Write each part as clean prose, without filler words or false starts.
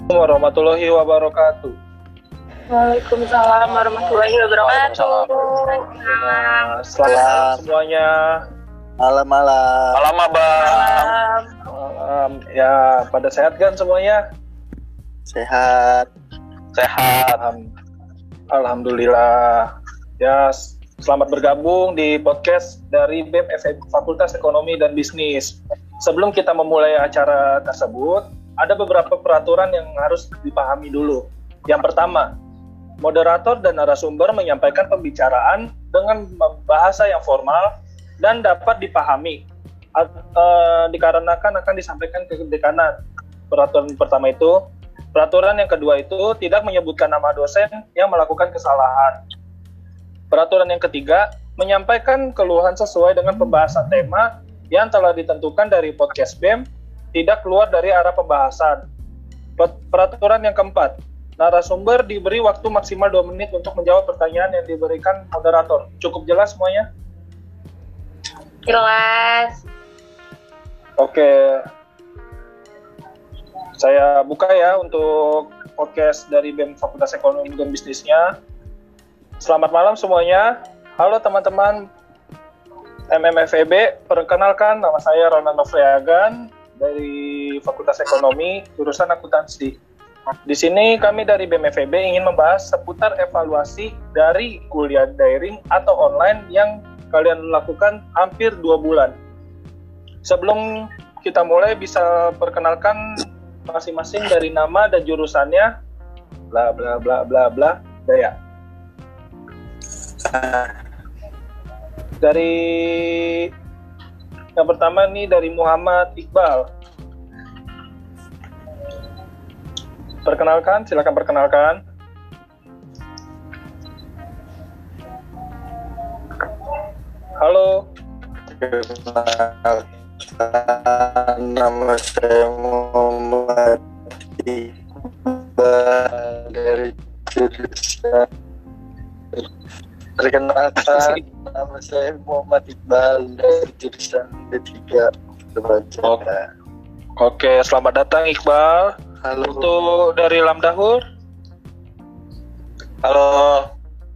Warahmatullahi wabarakatuh. Waalaikumsalam warahmatullahi wabarakatuh. Selamat malam semuanya. Malam. Malam abang. Malam. Ya, pada sehat kan semuanya? Sehat. Alhamdulillah. Ya, selamat bergabung di podcast dari BEM Fakultas Ekonomi dan Bisnis. Sebelum kita memulai acara tersebut, ada beberapa peraturan yang harus dipahami dulu. Yang pertama, moderator dan narasumber menyampaikan pembicaraan dengan bahasa yang formal dan dapat dipahami, dikarenakan akan disampaikan ke dekanan. Peraturan pertama itu. Peraturan yang kedua itu tidak menyebutkan nama dosen yang melakukan kesalahan. Peraturan yang ketiga, menyampaikan keluhan sesuai dengan pembahasan tema yang telah ditentukan dari podcast BEM, tidak keluar dari arah pembahasan. Peraturan yang keempat, narasumber diberi waktu maksimal 2 menit untuk menjawab pertanyaan yang diberikan moderator. Cukup jelas semuanya? Jelas. Oke. Saya buka ya untuk podcast dari BEM Fakultas Ekonomi dan Bisnisnya. Selamat malam semuanya. Halo teman-teman MMFEB. Perkenalkan, nama saya Ronan Novriagan dari Fakultas Ekonomi, jurusan akuntansi. Di sini kami dari BMFEB ingin membahas seputar evaluasi dari kuliah daring atau online yang kalian lakukan hampir 2 bulan. Sebelum kita mulai, bisa perkenalkan masing-masing dari nama dan jurusannya. Bla bla bla bla bla. Daya. Dari yang pertama nih dari Muhammad Iqbal. Silakan perkenalkan. Halo. Nama saya Muhammad Iqbal dari jurusan. Perkenalkan, nama saya Muhammad Iqbal dari jurusan D3 Kebaca. Oke, selamat datang Iqbal. Halo. Untuk dari Lamdahur. Halo.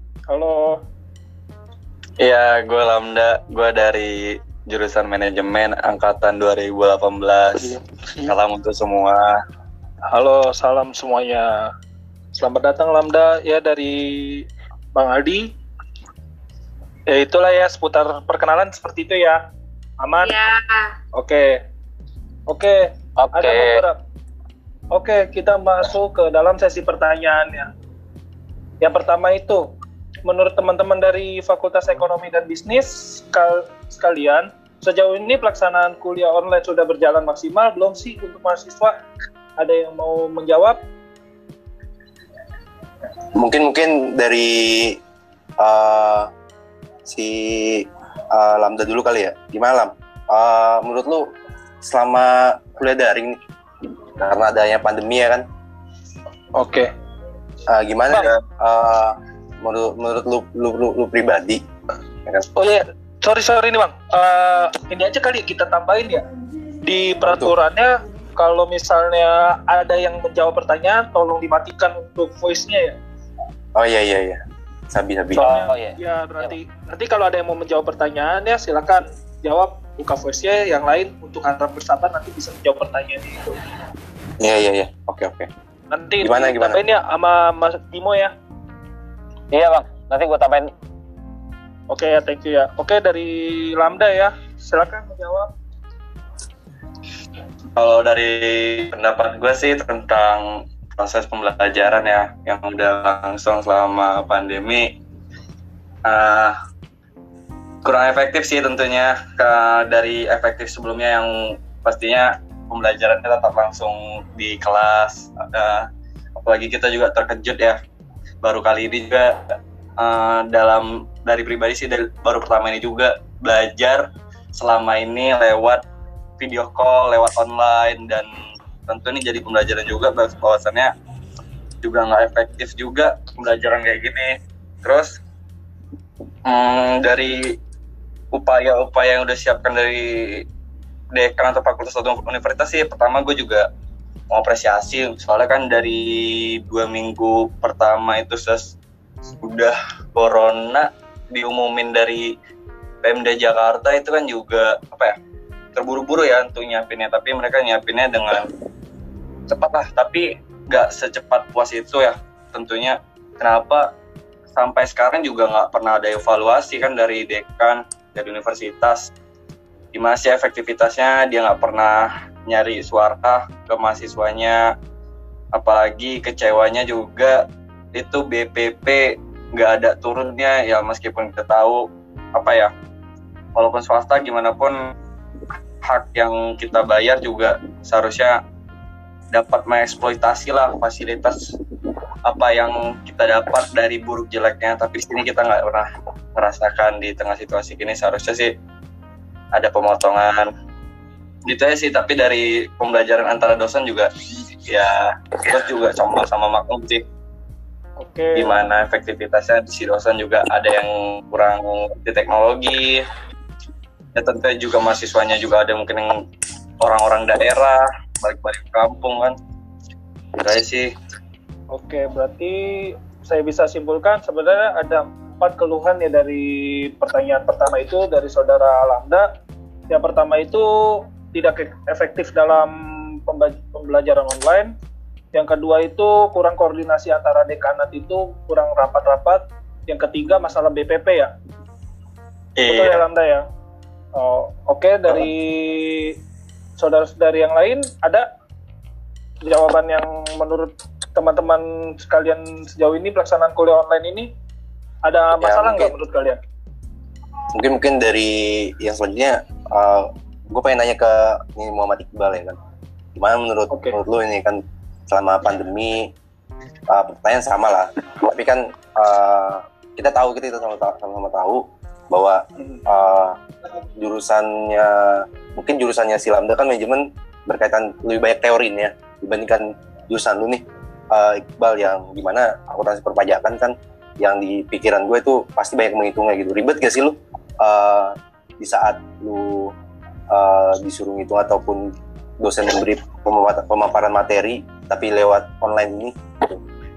Iya, gue Lamda. Gue dari jurusan manajemen angkatan 2018. Salam untuk semua. Halo, salam semuanya. Selamat datang Lamda ya dari Bang Aldi. Ya itulah ya, seputar perkenalan seperti itu ya. Aman? Ya. Oke. Ada beberapa. Oke, kita masuk ke dalam sesi pertanyaannya. Yang pertama itu, menurut teman-teman dari Fakultas Ekonomi dan Bisnis sekalian, sejauh ini pelaksanaan kuliah online sudah berjalan maksimal belum sih untuk mahasiswa? Ada yang mau menjawab? Mungkin dari Lamda dulu kali ya. Gimana Lam? Menurut lu selama kuliah daring nih, karena adanya pandemi ya kan? Oke. Gimana ya? Menurut lu pribadi? Ya kan? Oh ya, sorry nih Bang. Ini aja kali kita tambahin ya. Di peraturannya, kalau misalnya ada yang menjawab pertanyaan, tolong dimatikan untuk voice-nya ya. Oh iya. Sabi. Soalnya, ya berarti nanti kalau ada yang mau menjawab pertanyaan ya silakan jawab, buka voice-nya, yang lain untuk harap bersabar nanti bisa menjawab pertanyaan itu. Iya. Oke. Nanti Gimana? tambahin ya sama Mas Timo ya. Iya bang, nanti gue tambahin. Oke ya, thank you ya. Oke, dari Lamda ya, silakan menjawab. Kalau dari pendapat gue sih tentang proses pembelajaran ya, yang udah langsung selama pandemi, kurang efektif sih tentunya dari efektif sebelumnya yang pastinya pembelajarannya tetap langsung di kelas. Apalagi kita juga terkejut ya, baru kali ini juga dari pribadi sih baru pertama ini juga belajar selama ini lewat video call, lewat online, dan tentu ini jadi pembelajaran juga bahwasannya juga nggak efektif juga pembelajaran kayak gini. Terus dari upaya-upaya yang udah siapkan dari dekan atau fakultas atau universitas sih, pertama gue juga mengapresiasi, soalnya kan dari 2 minggu pertama itu sudah corona diumumin dari Pemda Jakarta, itu kan juga terburu-buru ya untuk nyiapinnya, tapi mereka nyiapinnya dengan cepat lah, tapi nggak secepat puas itu ya tentunya. Kenapa sampai sekarang juga nggak pernah ada evaluasi kan dari dekan, dari universitas, gimana sih efektivitasnya. Dia nggak pernah nyari suara ke mahasiswanya, apalagi kecewanya juga itu BPP nggak ada turunnya ya, meskipun kita tahu walaupun swasta gimana pun hak yang kita bayar juga seharusnya dapat mengeksploitasi lah fasilitas apa yang kita dapat dari buruk jeleknya. Tapi di sini kita nggak pernah merasakan. Di tengah situasi gini seharusnya sih ada pemotongan gitu ya sih. Tapi dari pembelajaran antara dosen juga ya terus juga sama maklum sih. Oke. Gimana efektivitasnya di si dosen juga ada yang kurang di teknologi. Ya tentu juga mahasiswanya juga ada mungkin yang orang-orang daerah balik-balik kampung kan. Gitu sih. Oke, berarti saya bisa simpulkan sebenarnya ada 4 keluhan ya dari pertanyaan pertama itu dari saudara Lambda. Yang pertama itu tidak efektif dalam pembelajaran online. Yang kedua itu kurang koordinasi antara dekanat, itu kurang rapat-rapat. Yang ketiga masalah BPP ya. Betul ya Lambda ya. Oke, dari saudara-saudari yang lain ada jawaban yang menurut teman-teman sekalian sejauh ini pelaksanaan kuliah online ini ada masalah nggak menurut kalian? Mungkin dari yang selanjutnya gue pengen nanya ke ini Muhammad Iqbal ya kan, gimana menurut lu ini kan selama pandemi, pertanyaan sama lah, tapi kan kita sama-sama tahu bahwa jurusannya si Lambda kan manajemen berkaitan lebih banyak teorinya dibandingkan jurusan lu nih Iqbal, yang dimana akuntansi perpajakan kan yang di pikiran gue itu pasti banyak menghitungnya gitu. Ribet gak sih lu di saat lu disuruh ngitung ataupun dosen memberi pemaparan materi tapi lewat online ini gitu?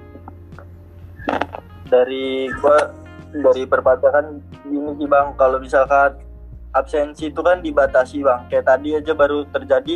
Dari perpajakan gini sih Bang, kalau misalkan absensi itu kan dibatasi Bang. Kayak tadi aja baru terjadi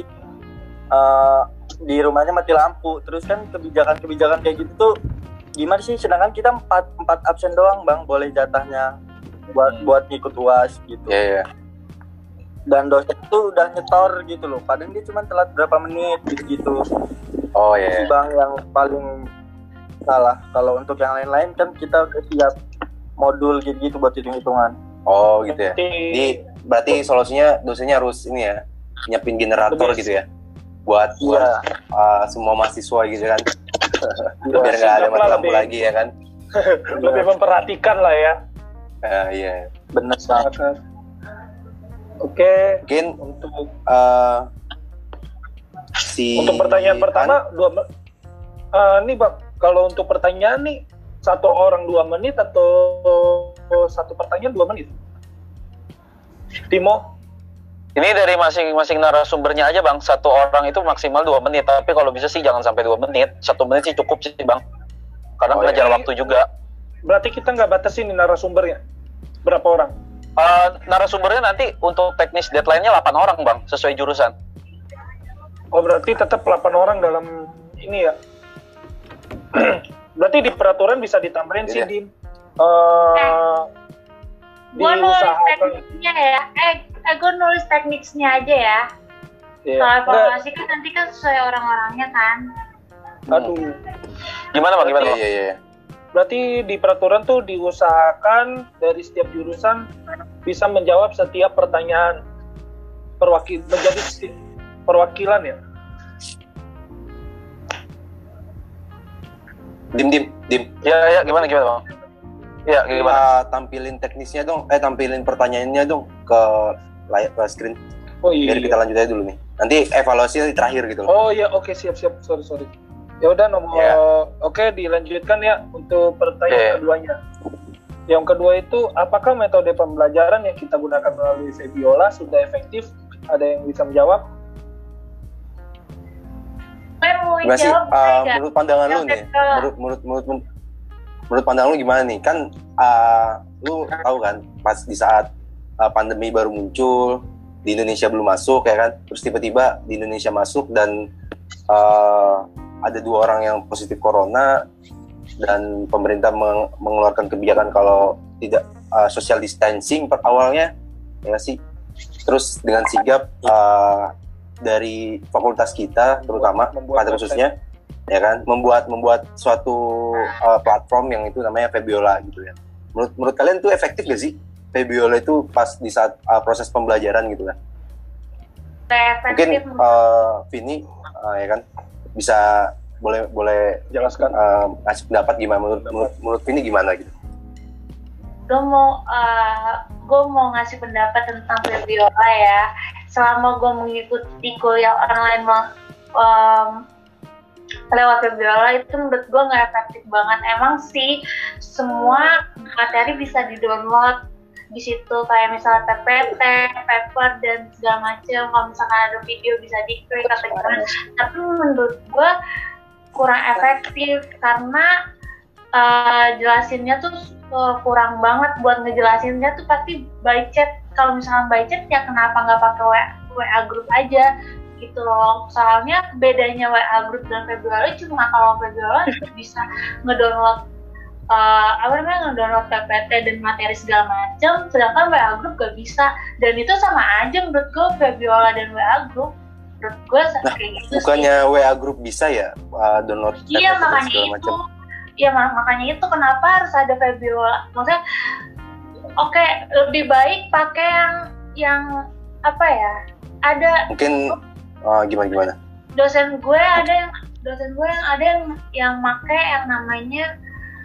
di rumahnya mati lampu. Terus kan kebijakan kayak gitu tuh gimana sih? Sedangkan kita 4 absen doang Bang, boleh jatahnya buat ngikut UAS gitu. Iya. Dan dosen tuh udah nyetor gitu loh. Padahal dia cuma telat berapa menit gitu. Oh iya. Si Bang yang paling salah. Kalau untuk yang lain-lain kan kita udah siap modul gitu buat hitung-hitungan. Oh gitu ya. Jadi berarti solusinya dosennya harus ini ya, nyiapin generator gitu ya, buat semua mahasiswa gitu kan. Biar nggak ada mati lampu lagi ya kan. Lebih memperhatikan lah ya. Iya. Benar banget. Oke. Mungkin untuk untuk pertanyaan pertama nih Bang, kalau untuk pertanyaan nih 1 orang 2 menit atau 1 pertanyaan 2 menit? Timo? Ini dari masing-masing narasumbernya aja Bang. 1 orang itu maksimal 2 menit. Tapi kalau bisa sih jangan sampai 2 menit. 1 menit sih cukup sih Bang. Karena belajar waktu juga. Berarti kita nggak batasin narasumbernya? Berapa orang? Narasumbernya nanti untuk teknis deadline-nya 8 orang Bang. Sesuai jurusan. Oh berarti tetap 8 orang dalam ini ya? Berarti di peraturan bisa ditambahin sih di gue nulis tekniknya ya. Gue nulis tekniknya aja ya. Kalau evaluasi kan nanti kan sesuai orang-orangnya kan. Aduh. Gimana Bang? Iya. Berarti di peraturan tuh diusahakan dari setiap jurusan bisa menjawab setiap pertanyaan menjadi perwakilan ya. Dim. Ya, gimana Bang? Ya, gimana? Tampilin teknisnya dong, tampilin pertanyaannya dong ke layar, ke screen. Oh iya. Biar kita lanjut aja dulu nih. Nanti evaluasi di terakhir gitu loh. Oh iya, oke, siap. Sorry. Ya udah Oke, dilanjutkan ya untuk pertanyaan keduanya. Yang kedua itu, apakah metode pembelajaran yang kita gunakan melalui Febiola sudah efektif? Ada yang bisa menjawab? Gue mau jawab menurut pandangan lu nih, menurut pandangan lu gimana nih? Kan lu tahu kan pas di saat pandemi baru muncul, di Indonesia belum masuk ya kan, terus tiba-tiba di Indonesia masuk dan ada 2 orang yang positif corona dan pemerintah mengeluarkan kebijakan kalau tidak social distancing per awalnya ya sih. Terus dengan sigap dari fakultas kita terutama pada khususnya ya kan membuat suatu platform yang itu namanya Febiola gitu ya. Menurut kalian itu efektif gak sih Febiola itu pas di saat proses pembelajaran gitu kan? Mungkin Vini ya kan bisa boleh jelaskan ngasih pendapat gimana menurut Vini gimana gitu? Gue mau ngasih pendapat tentang Febiola ya. Selama gue mengikuti kuliah online lewat Febiola itu menurut gue nggak efektif banget. Emang sih semua materi bisa di-download di situ, kayak misalnya PPT, paper dan segala macam. Kalau misalkan ada video bisa di-klik atau gimana. Tapi menurut gue kurang efektif karena jelasinnya tuh kurang banget. Buat ngejelasinnya tuh pasti by chat. Kalau misalkan by chat ya kenapa nggak pakai WA group aja gitu loh. Soalnya bedanya WA group dan Febiola cuma kalau Febiola bisa ngedownload ngedownload PPT dan materi segala macam, sedangkan WA group gak bisa. Dan itu sama aja menurut gue Febiola dan WA group. Menurut gue kayak gitu. Bukannya sih. WA group bisa ya download PPT dan segala macam? Iya, makanya itu kenapa harus ada Febiola. Maksudnya oke, lebih baik pakai yang apa ya? Ada mungkin gimana? Dosen gue ada yang make yang namanya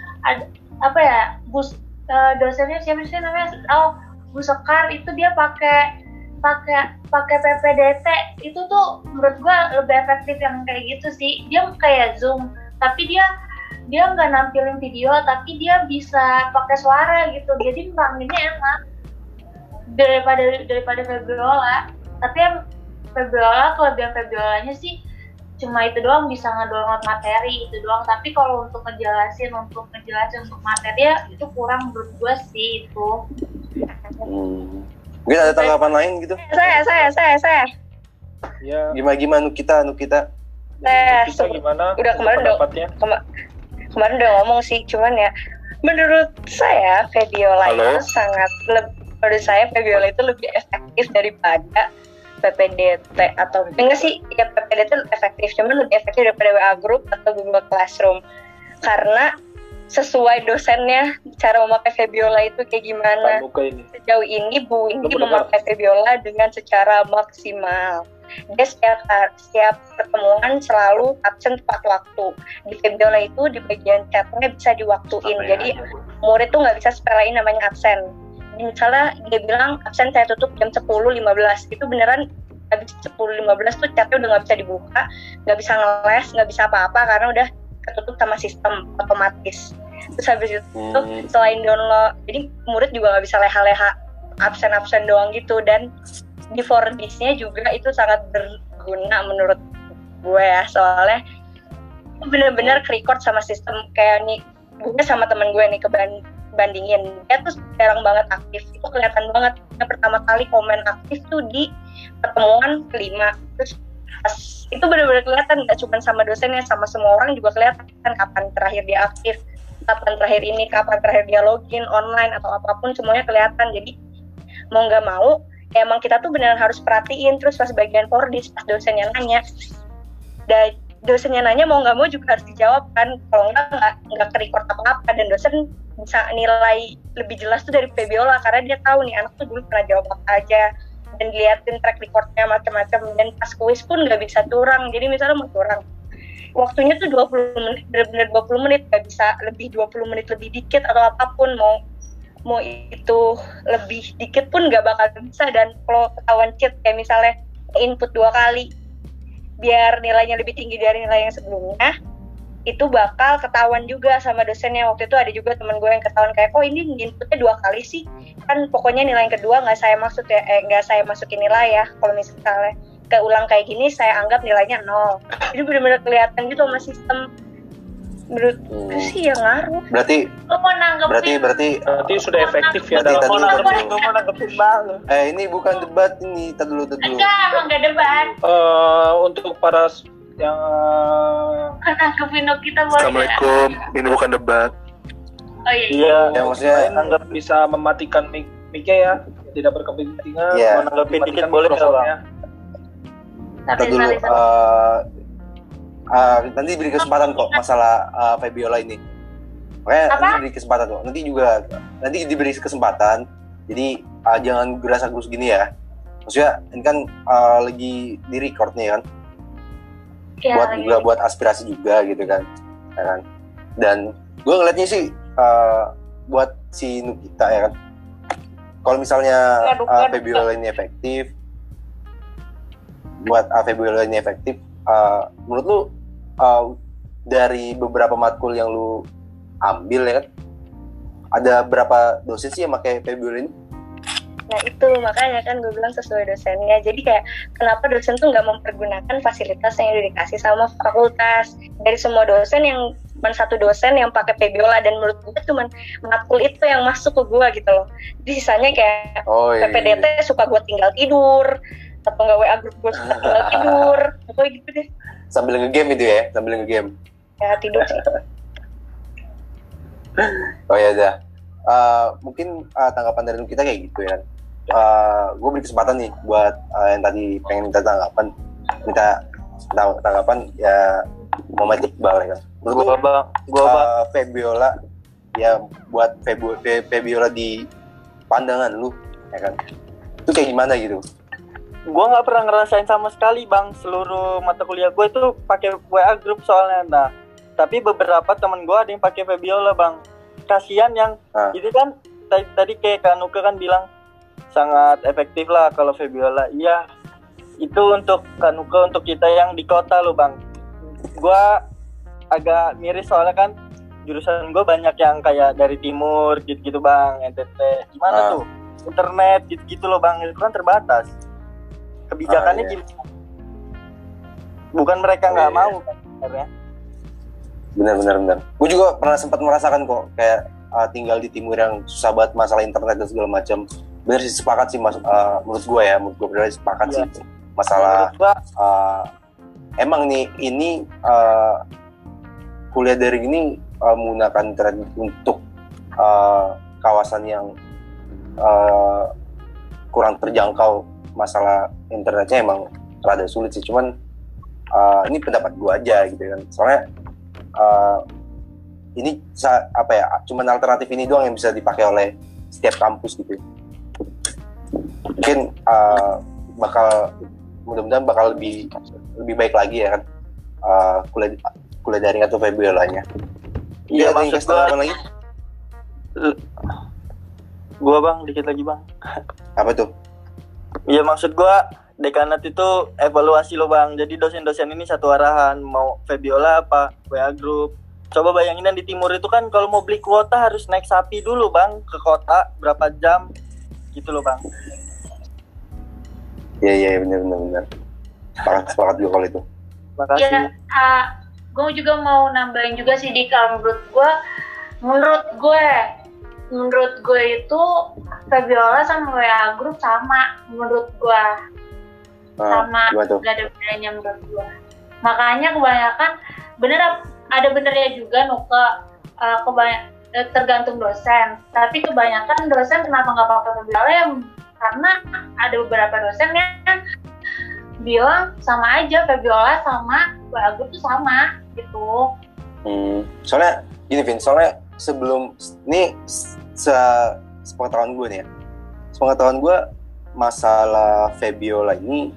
dosennya siapa sih namanya? Bu Sekar, itu dia pakai PPDT. Itu tuh menurut gue lebih efektif yang kayak gitu sih. Dia kayak Zoom, tapi dia nggak nampilin video, tapi dia bisa pakai suara gitu, jadi panggilnya enak daripada Febiola. Tapi yang Febiola, kelebihan Febiolanya sih cuma itu doang, bisa ngedownload materi itu doang. Tapi kalau untuk ngejelasin untuk materi ya itu kurang menurut gue sih itu. Mungkin ada tanggapan lain gitu? Saya. Ya. Gimana Nukita? Kita gimana? Udah kemarin udah ngomong sih, cuman ya menurut saya Febiola itu menurut saya Febiola itu lebih efektif daripada PPDT atau enggak sih, ya PPDT efektif, cuman lebih efektif daripada WA Group atau Google Classroom karena sesuai dosennya cara memakai Febiola itu kayak gimana. Sejauh ini Bu Windy memakai Febiola dengan secara maksimal. Dia setiap pertemuan selalu absen tepat waktu. Di Febiola itu di bagian chatnya bisa diwaktuin. Jadi murid tuh nggak bisa sepelein namanya absen. Misalnya dia bilang absen saya tutup jam 10.15, itu beneran habis 10.15 tuh chatnya udah nggak bisa dibuka, nggak bisa ngeles, nggak bisa apa-apa karena udah ketutup sama sistem otomatis. Terus habis itu selain download, jadi murid juga nggak bisa leha-leha absen doang gitu. Dan di Fordisnya juga itu sangat berguna menurut gue ya, soalnya bener-bener ke-record sama sistem. Kayak nih gue sama temen gue nih bandingin, dia tuh jarang banget aktif, itu kelihatan banget. Yang pertama kali komen aktif tuh di pertemuan kelima, terus itu benar-benar kelihatan, nggak cuma sama dosennya, sama semua orang juga kelihatan kapan terakhir dia aktif, kapan terakhir dia login online atau apapun, semuanya kelihatan. Jadi mau nggak mau ya emang kita tuh benar harus perhatiin. Terus pas bagian Fordis, pas dosennya nanya, dan dosennya nanya mau nggak mau juga harus dijawab kan, kalau nggak ke-record apa-apa. Dan dosen bisa nilai lebih jelas tuh dari Febiola karena dia tahu nih anak tuh dulu pernah jawab apa aja, dan diliatin track recordnya macam-macam. Dan pas kuis pun nggak bisa curang. Jadi misalnya mau curang, waktunya tuh 20 menit, benar-benar 20 menit, nggak bisa lebih 20 menit lebih dikit atau apapun. Mau itu lebih dikit pun nggak bakal bisa. Dan kalau ketahuan cheat kayak misalnya input 2 kali biar nilainya lebih tinggi dari nilai yang sebelumnya, itu bakal ketahuan juga sama dosennya. Waktu itu ada juga teman gue yang ketahuan kayak, oh ini inputnya 2 kali sih, kan pokoknya nilai yang kedua nggak saya masukin nilai ya kalau misalnya keulang kayak gini saya anggap nilainya 0. Jadi benar-benar kelihatan gitu sama sistem. Menurut gue sih ya ngaruh. Berarti Lo mau nanggepin? berarti sudah efektif ya Berarti dalam tadi Gue mau nanggepin bang. ini bukan debat ini, tar dulu. Enggak, emang gak debat. untuk para yang Nanggepin kita boleh. Assalamualaikum, ini bukan debat. Oh iya. iya Ya, maksudnya- anggap bisa mematikan mic-nya ya, tidak berkepentingan. Iya. Mau nanggepin Dimatikan dikit boleh, mikrofonnya. Tar Tapi dulu. sorry. Nanti beri kesempatan kok masalah Febiola ini. Makanya Apa? nanti beri kesempatan kok. Nanti diberi kesempatan. Jadi jangan gerasa-gerus gini ya. Maksudnya ini kan lagi di record nih kan. Ya, Buat juga buat aspirasi juga gitu kan. Ya kan? Dan gue ngeliatnya sih buat si Nukita ya kan. Kalau misalnya Febiola ini efektif, menurut lu dari beberapa matkul yang lu ambil ya kan, ada berapa dosen sih yang pakai Febiola ini? Nah itu makanya kan gue bilang sesuai dosennya. Jadi kayak kenapa dosen tuh nggak mempergunakan fasilitas yang udah dikasih sama fakultas. Dari semua dosen yang cuma satu dosen yang pakai Febiola, dan menurut gue cuma matkul itu yang masuk ke gue gitu loh. Jadi sisanya kayak PPDT suka gue tinggal tidur, atau nggak WA grup gue suka tinggal tidur, pokoknya gitu deh. Sambil nge-game itu ya, Ya tidur sih. Oh ya udah. Mungkin tanggapan dari kita kayak gitu ya. Gue beri kesempatan nih buat yang tadi pengen minta tanggapan ya Muhammad Iqbal ya kan. Menurut Gua bang. Febiola ya, buat Febiola di pandangan lu ya kan, itu kayak gimana gitu? Gue nggak pernah ngerasain sama sekali bang. Seluruh mata kuliah gue itu pakai WA group soalnya. Nah, tapi beberapa teman gue ada yang pakai Febiola bang. Kasian yang itu kan tadi kayak Kanuka kan bilang sangat efektif lah kalau Febiola. Iya, itu untuk Kanuka, untuk kita yang di kota loh bang. Gue agak miris soalnya kan jurusan gue banyak yang kayak dari timur gitu-gitu bang, NTT. Gimana tuh? Internet gitu-gitu loh bang, itu kan terbatas. Kebijakannya gimana? Bukan mereka nggak mau kan sebenarnya. Benar. Gue juga pernah sempat merasakan kok kayak tinggal di timur yang susah banget masalah internet dan segala macam. Benar sih, sepakat sih menurut gue pribadi sepakat sih masalah emang nih ini kuliah daring ini menggunakan internet untuk kawasan yang kurang terjangkau. Masalah internetnya emang rada sulit sih, cuman ini pendapat gue aja gitu kan. Soalnya ini cuman alternatif ini doang yang bisa dipakai oleh setiap kampus gitu. Mungkin mudah-mudahan bakal lebih baik lagi ya kan kuliah daring atau Febiolanya. Iya, maksud lagi. Gua bang, dikit lagi bang. Apa tuh? Iya, maksud gua dekanat itu evaluasi loh bang. Jadi dosen-dosen ini satu arahan, mau Febiola apa WA group. Coba bayangin yang di timur itu kan kalau mau beli kuota harus naik sapi dulu bang ke kota berapa jam gitu loh bang. Iya benar. Sepakat juga kalau itu. Makasih. Ya, gue juga mau nambahin juga sih di kalau menurut gue itu Febiola sama WA group sama menurut gue sama, gak ada bedanya menurut gue. Makanya kebanyakan ada benernya juga Nuka, tergantung dosen. Tapi kebanyakan dosen kenapa nggak pakai Febiola ya karena ada beberapa dosen yang bilang sama aja Febiola sama WA group itu sama gitu. Soalnya gini Vin, sebelum ini sepengetahuan gue nih ya, sepengetahuan gue masalah Febiola ini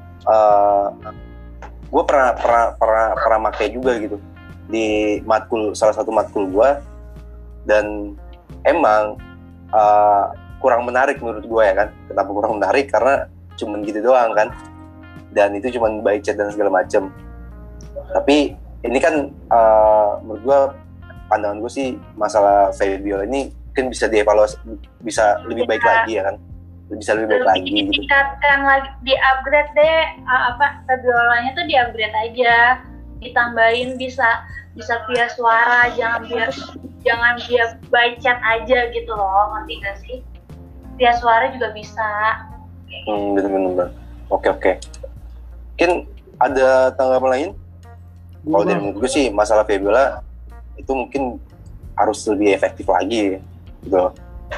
gue pernah pakai juga gitu di salah satu matkul gue, dan emang kurang menarik menurut gue ya kan. Kenapa kurang menarik? Karena cuman gitu doang kan, dan itu cuman by chat dan segala macem. Tapi ini kan menurut gue, pandangan gue sih masalah Febiola ini mungkin bisa dievaluasi, bisa lebih baik lagi ya kan. bisa lebih baik lagi gitu. Ditingkatkan lagi, di-upgrade deh, Febiolanya tuh di-upgrade aja, ditambahin bisa via suara, jangan via by chat aja gitu loh, ngerti gak sih? Via suara juga bisa. Bener-bener. Oke. Mungkin ada tanggapan lain? Kalau dari menurut gue sih masalah Febiola itu mungkin harus lebih efektif lagi gitu.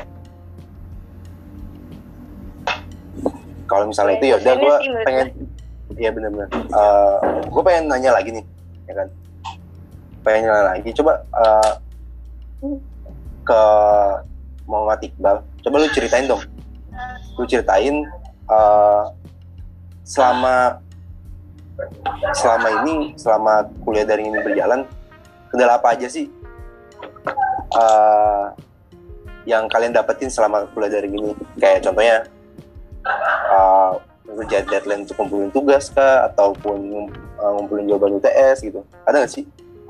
Kalau misalnya itu ya udah gue pengen, iya benar-benar. Gue pengen nanya lagi nih, ya kan? Pengen nanya lagi. Coba ke Muhammad Iqbal. Coba lu ceritain dong. Lu ceritain selama kuliah daring ini berjalan, kendala apa aja sih yang kalian dapetin selama kuliah daring ini? Kayak contohnya ngerjain deadline untuk ngumpulin tugas kah, ataupun ngumpulin jawaban UTS gitu, ada nggak sih?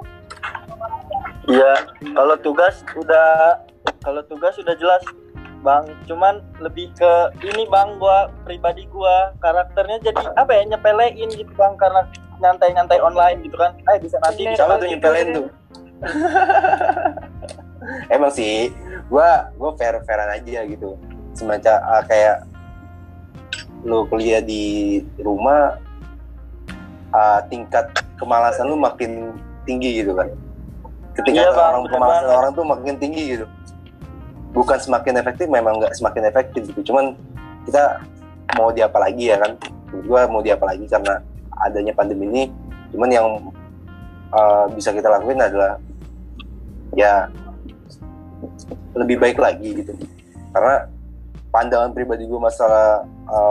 Iya, kalau tugas udah jelas Bang, cuman lebih ke ini Bang, pribadi gua karakternya jadi apa ya, nyepelein gitu Bang, karena nyantai online gitu kan. Bisa nanti siapa tuh nyepelein tuh? Emang sih gua fair-fairan aja gitu, semacam kayak lu kuliah di rumah, tingkat kemalasan lu makin tinggi gitu kan. Ketika kemalasan orang tuh makin tinggi gitu. Bukan semakin efektif, memang nggak semakin efektif gitu. Cuman kita mau diapa lagi ya kan? Gue mau diapa lagi karena adanya pandemi ini. Cuman yang bisa kita lakuin adalah ya lebih baik lagi gitu. Karena pandangan pribadi gue masalah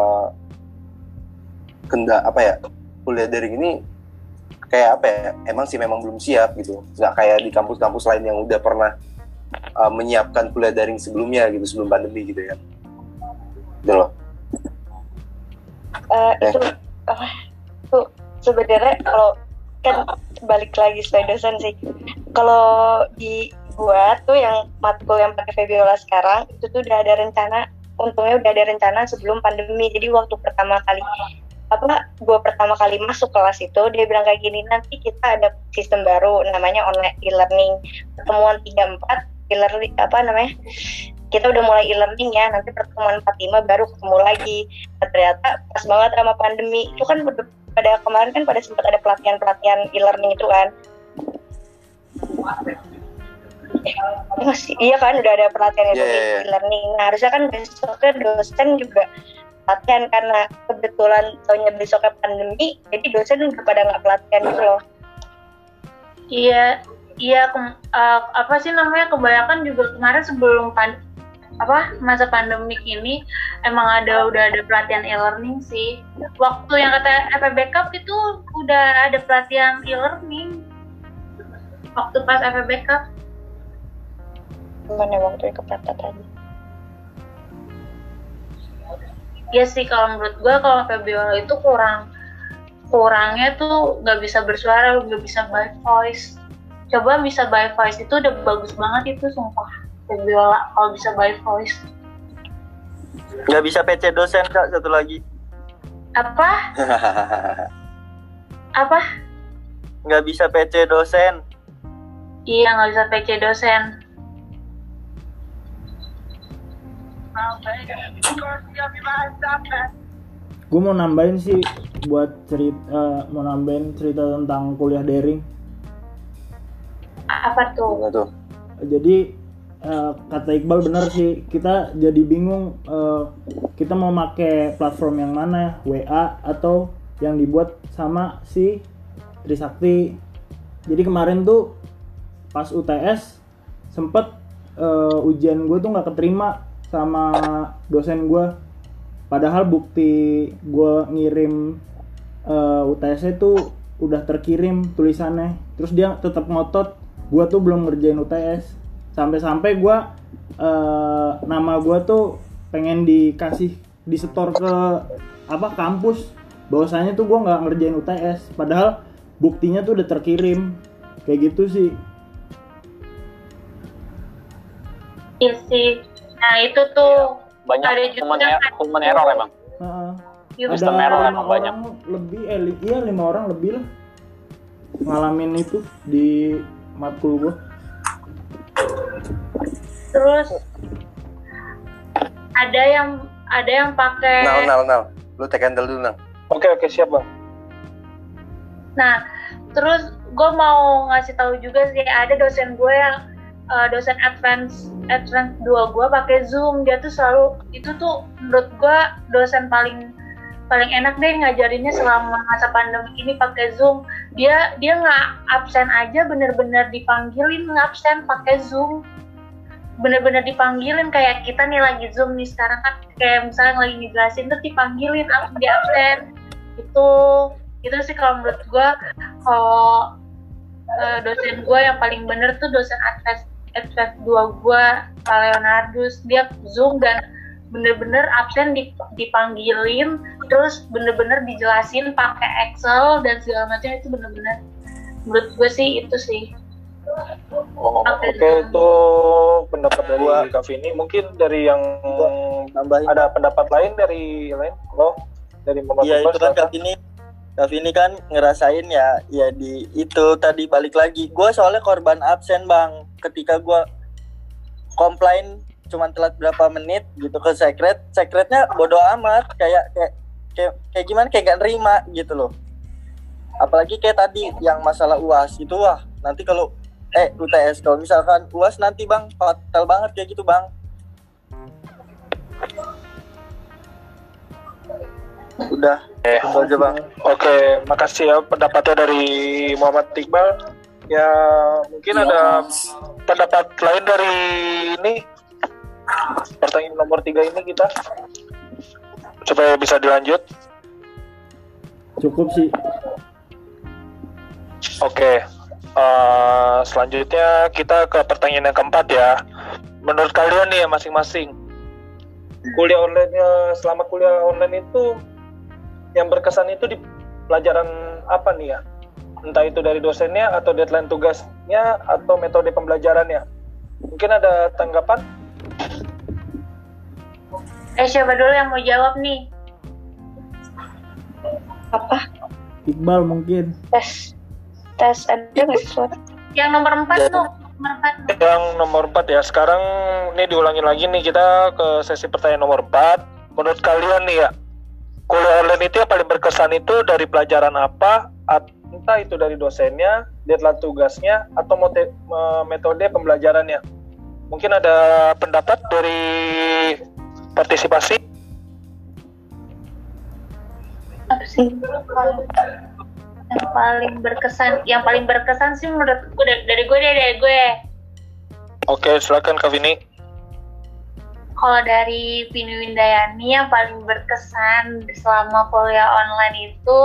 kuliah daring ini kayak apa ya? Emang sih memang belum siap gitu. Nggak kayak di kampus-kampus lain yang udah pernah menyiapkan kuliah daring sebelumnya gitu, sebelum pandemi gitu ya. Gitu loh. Itu sebenarnya kalau kan balik lagi sesuai dosen sih. Kalau di gua tuh yang matkul yang pakai Febiola sekarang itu tuh udah ada rencana, untungnya udah ada rencana sebelum pandemi. Jadi waktu pertama kali masuk kelas itu dia bilang kayak gini, nanti kita ada sistem baru namanya online e-learning, pertemuan 3-4 e-learning kita udah mulai e-learning ya, nanti pertemuan 4-5 baru ketemu lagi. Nah, ternyata pas banget sama pandemi itu kan pada kemarin kan pada sempat ada pelatihan e-learning itu kan. Iya kan udah ada pelatihan e-learning. Nah harusnya kan besoknya dosen juga pelatihan, karena kebetulan tahunnya besoknya pandemi, jadi dosen udah pada nggak pelatihan gitu loh. Iya, kebanyakan juga kemarin sebelum masa pandemik ini emang udah ada pelatihan e-learning sih. Waktu yang kata FEB Cup itu udah ada pelatihan e-learning. Waktu pas FEB Cup. Mana waktu yang keplatat tadi? Ya sih, kalau menurut gue kalau Febiola itu kurangnya tuh nggak bisa bersuara, nggak bisa by voice. Coba bisa by voice itu udah bagus banget itu, sumpah. Febiola kalau bisa by voice. Nggak bisa PC dosen Kak, satu lagi. Apa? Nggak bisa PC dosen. Iya, nggak bisa PC dosen. Gue mau nambahin sih buat cerita tentang kuliah daring. Apa tuh? Jadi kata Iqbal benar sih, kita jadi bingung kita mau pakai platform yang mana, WA atau yang dibuat sama si Trisakti. Jadi kemarin tuh pas UTS sempet ujian gue tuh nggak keterima sama dosen gue, padahal bukti gue ngirim UTS itu udah terkirim tulisannya. Terus dia tetap ngotot gue tuh belum ngerjain UTS, sampai-sampai gue nama gue tuh pengen dikasih disetor ke kampus, bahwasanya tuh gue nggak ngerjain UTS, padahal buktinya tuh udah terkirim. Kayak gitu sih. Iya sih. Nah itu tuh banyak Ada juga human error emang. Iya, Ada Sistem error 5 emang banyak. orang lebih, 5 orang lebih lah ngalamin itu di matkul gua. Terus ada yang pakai. Nal. Lu take handle dulu, Nal. Oke, siap Bang. Nah, terus gue mau ngasih tahu juga sih, ada dosen gue yang dosen advance 2 gue pakai Zoom. Dia tuh selalu, itu tuh menurut gue dosen paling enak deh ngajarinnya selama masa pandemi ini pakai Zoom. Dia nggak absen aja, bener-bener dipanggilin ngabsen pakai Zoom. Bener-bener dipanggilin, kayak kita nih lagi Zoom nih sekarang kan, kayak misalnya lagi ngejelasin tuh dipanggilin langsung di absen. Itu sih kalau menurut gue. Kalau dosen gue yang paling bener tuh dosen advance 2 gue, Pak Leonardus. Dia Zoom dan bener-bener absen dipanggilin, terus bener-bener dijelasin pakai Excel dan segala macam. Itu bener-bener menurut gue sih itu sih. Oke, itu pendapat dari Kak Vini. Mungkin dari yang nambahin. ada pendapat lain dari dari Muhammad Iya, Iqbal, itu kan silakan. Kak Vini kan ngerasain ya di itu tadi balik lagi. Gue soalnya korban absen Bang. Ketika gue komplain cuman telat berapa menit gitu ke sekretnya bodo amat, kayak gimana, kayak gak nerima gitu loh. Apalagi kayak tadi yang masalah UAS itu, wah nanti kalau UTS, kalau misalkan UAS nanti Bang fatal banget kayak gitu Bang. Udah itu aja Bang. Oke, makasih ya pendapatnya dari Muhammad Iqbal. Ya mungkin ada pendapat lain dari ini pertanyaan nomor 3 ini kita supaya bisa dilanjut. Cukup sih. Oke, selanjutnya kita ke pertanyaan yang keempat ya. Menurut kalian nih ya masing-masing, kuliah online, selama kuliah online itu yang berkesan itu di pelajaran apa nih ya? Entah itu dari dosennya atau deadline tugasnya atau metode pembelajarannya. Mungkin ada tanggapan? Siapa dulu yang mau jawab nih? Apa? Iqbal mungkin. Tes ada nggak sih suara? Yang nomor 4 tuh. Yang nomor 4 ya. Sekarang nih diulangin lagi nih, kita ke sesi pertanyaan nomor 4. Menurut kalian nih ya, kuliah online itu yang paling berkesan itu dari pelajaran apa? Entah itu dari dosennya, deadline tugasnya, atau metode pembelajarannya. Mungkin ada pendapat dari partisipasi? Apa sih? Yang paling berkesan sih menurut gue dari gue. Oke, silakan Kak Vini. Kalau dari Vini Windayani yang paling berkesan selama kuliah online itu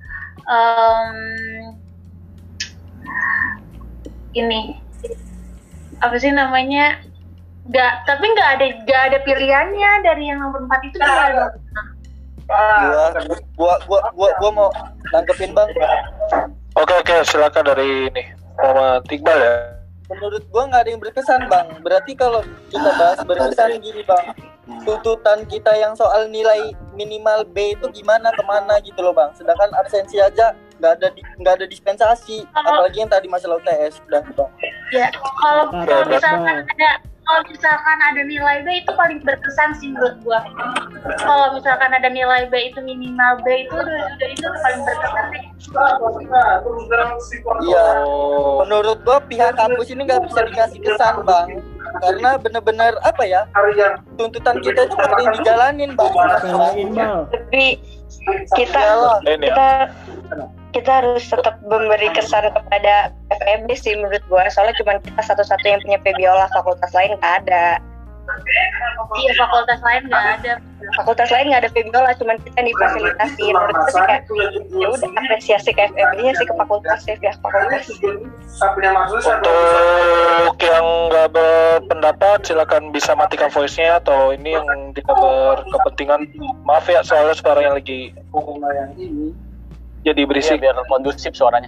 ini apa sih namanya? Tapi nggak ada pilihannya dari yang nomor 4 itu. Gua mau nangkepin Bang. Oke, silakan dari ini Muhammad Iqbal ya. Menurut gua nggak ada yang berkesan Bang. Berarti kalau kita bahas berkesan gini Bang, tuntutan kita yang soal nilai minimal B itu gimana, kemana gitu loh Bang. Sedangkan absensi aja nggak ada dispensasi. Apalagi yang tadi masalah UTS udah Bang. Ya, kalau misalkan ada nilai B itu paling berkesan sih menurut gua. Kalau misalkan ada nilai B itu minimal B itu udah itu paling berkesan sih. Iya. Menurut gua pihak kampus ini nggak bisa dikasih kesan Bang. Karena bener-bener apa ya? Tuntutan kita cuma ada yang dijalanin Bang. Tapi kita harus tetap memberi kesan kepada FEB sih menurut gua, soalnya cuma kita satu-satu yang punya Febiola, fakultas lain nggak ada. Iya, fakultas lain nggak ada. Fakultas lain nggak ada Febiola, cuma kita yang difasilitasi. Menurut gua sih kayak ya udah apresiasi ke FEB-nya sih, ke fakultas sih, pihak fakultas. Untuk yang nggak berpendapat silakan bisa matikan voice-nya, atau ini yang tidak berkepentingan. Maaf ya, soalnya suaranya lagi jadi berisik. Biar kondusif suaranya.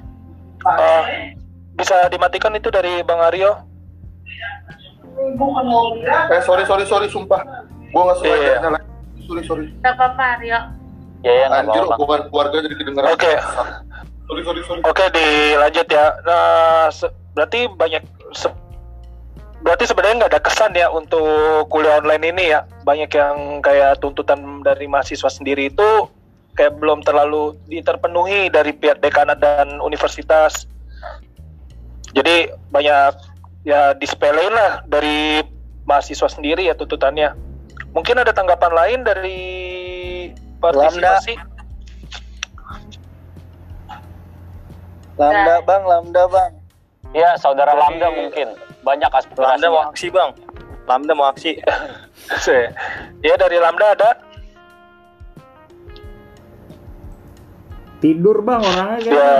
Bisa dimatikan itu dari Bang Aryo. Sorry, sumpah. Gua nggak sengaja Iya. nyalain. Sorry. Gak apa-apa, Rio. Ya nggak Anjir, apa-apa. omongan keluarga jadi kedengeran. Oke. Sorry. Oke, dilanjut ya. Nah, berarti berarti sebenarnya nggak ada kesan ya untuk kuliah online ini ya. Banyak yang kayak tuntutan dari mahasiswa sendiri itu kayak belum terlalu terpenuhi dari pihak dekanat dan universitas. Jadi banyak ya disepelein lah dari mahasiswa sendiri ya tuntutannya. Mungkin ada tanggapan lain dari partisipasi? Lambda bang. Ya, saudara Dari- Lambda mungkin banyak Lambda mau aspirasinya. aksi bang. Lambda mau aksi. Ya, dari Lambda ada. Tidur bang orangnya kan. Ya.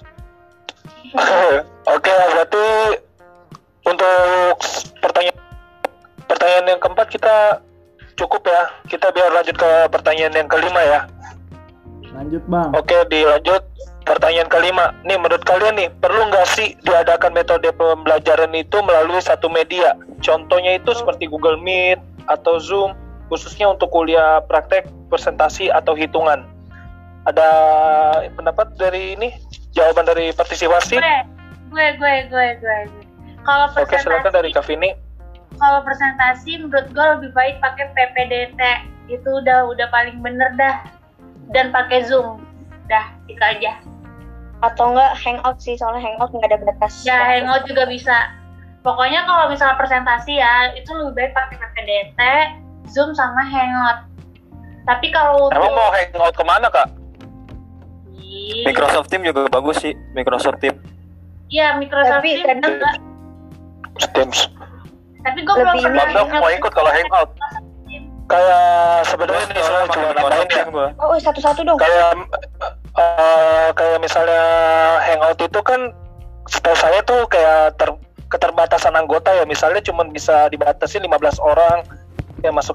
Oke, berarti untuk pertanyaan yang keempat kita cukup ya. Kita biar lanjut ke pertanyaan yang kelima ya. Lanjut bang. Oke, dilanjut pertanyaan kelima. Nih, menurut kalian nih, perlu nggak sih diadakan metode pembelajaran itu melalui satu media? Contohnya itu seperti Google Meet atau Zoom, khususnya untuk kuliah praktek, presentasi, atau hitungan. Ada pendapat dari ini? Jawaban dari partisipasi? Gue. Kalau Oke, silakan dari presentasi, Kak Vini. kalau presentasi menurut gue lebih baik pakai PPDT. Itu udah paling bener dah. Dan pakai Zoom. Dah, itu aja. Atau enggak hangout sih, soalnya hangout nggak ada batas. Ya, Hangout juga bisa. Pokoknya kalau misalnya presentasi ya, itu lebih baik pakai PPDT, Zoom sama Hangout. Tapi kalau Emang mau hangout kemana, Kak? Microsoft Teams juga bagus sih. Microsoft Teams. Iya, Microsoft Tapi Teams kadang- juga. Teams. Tapi gue belum Lebih pernah Lambda hangout. mau ikut kalau hangout. Kayak sebenarnya ini saya cuma nambahin ya. Oh, satu-satu dong. Kayak misalnya hangout itu kan setahu saya tuh kayak keterbatasan anggota ya, misalnya cuma bisa dibatasi 15 orang yang masuk.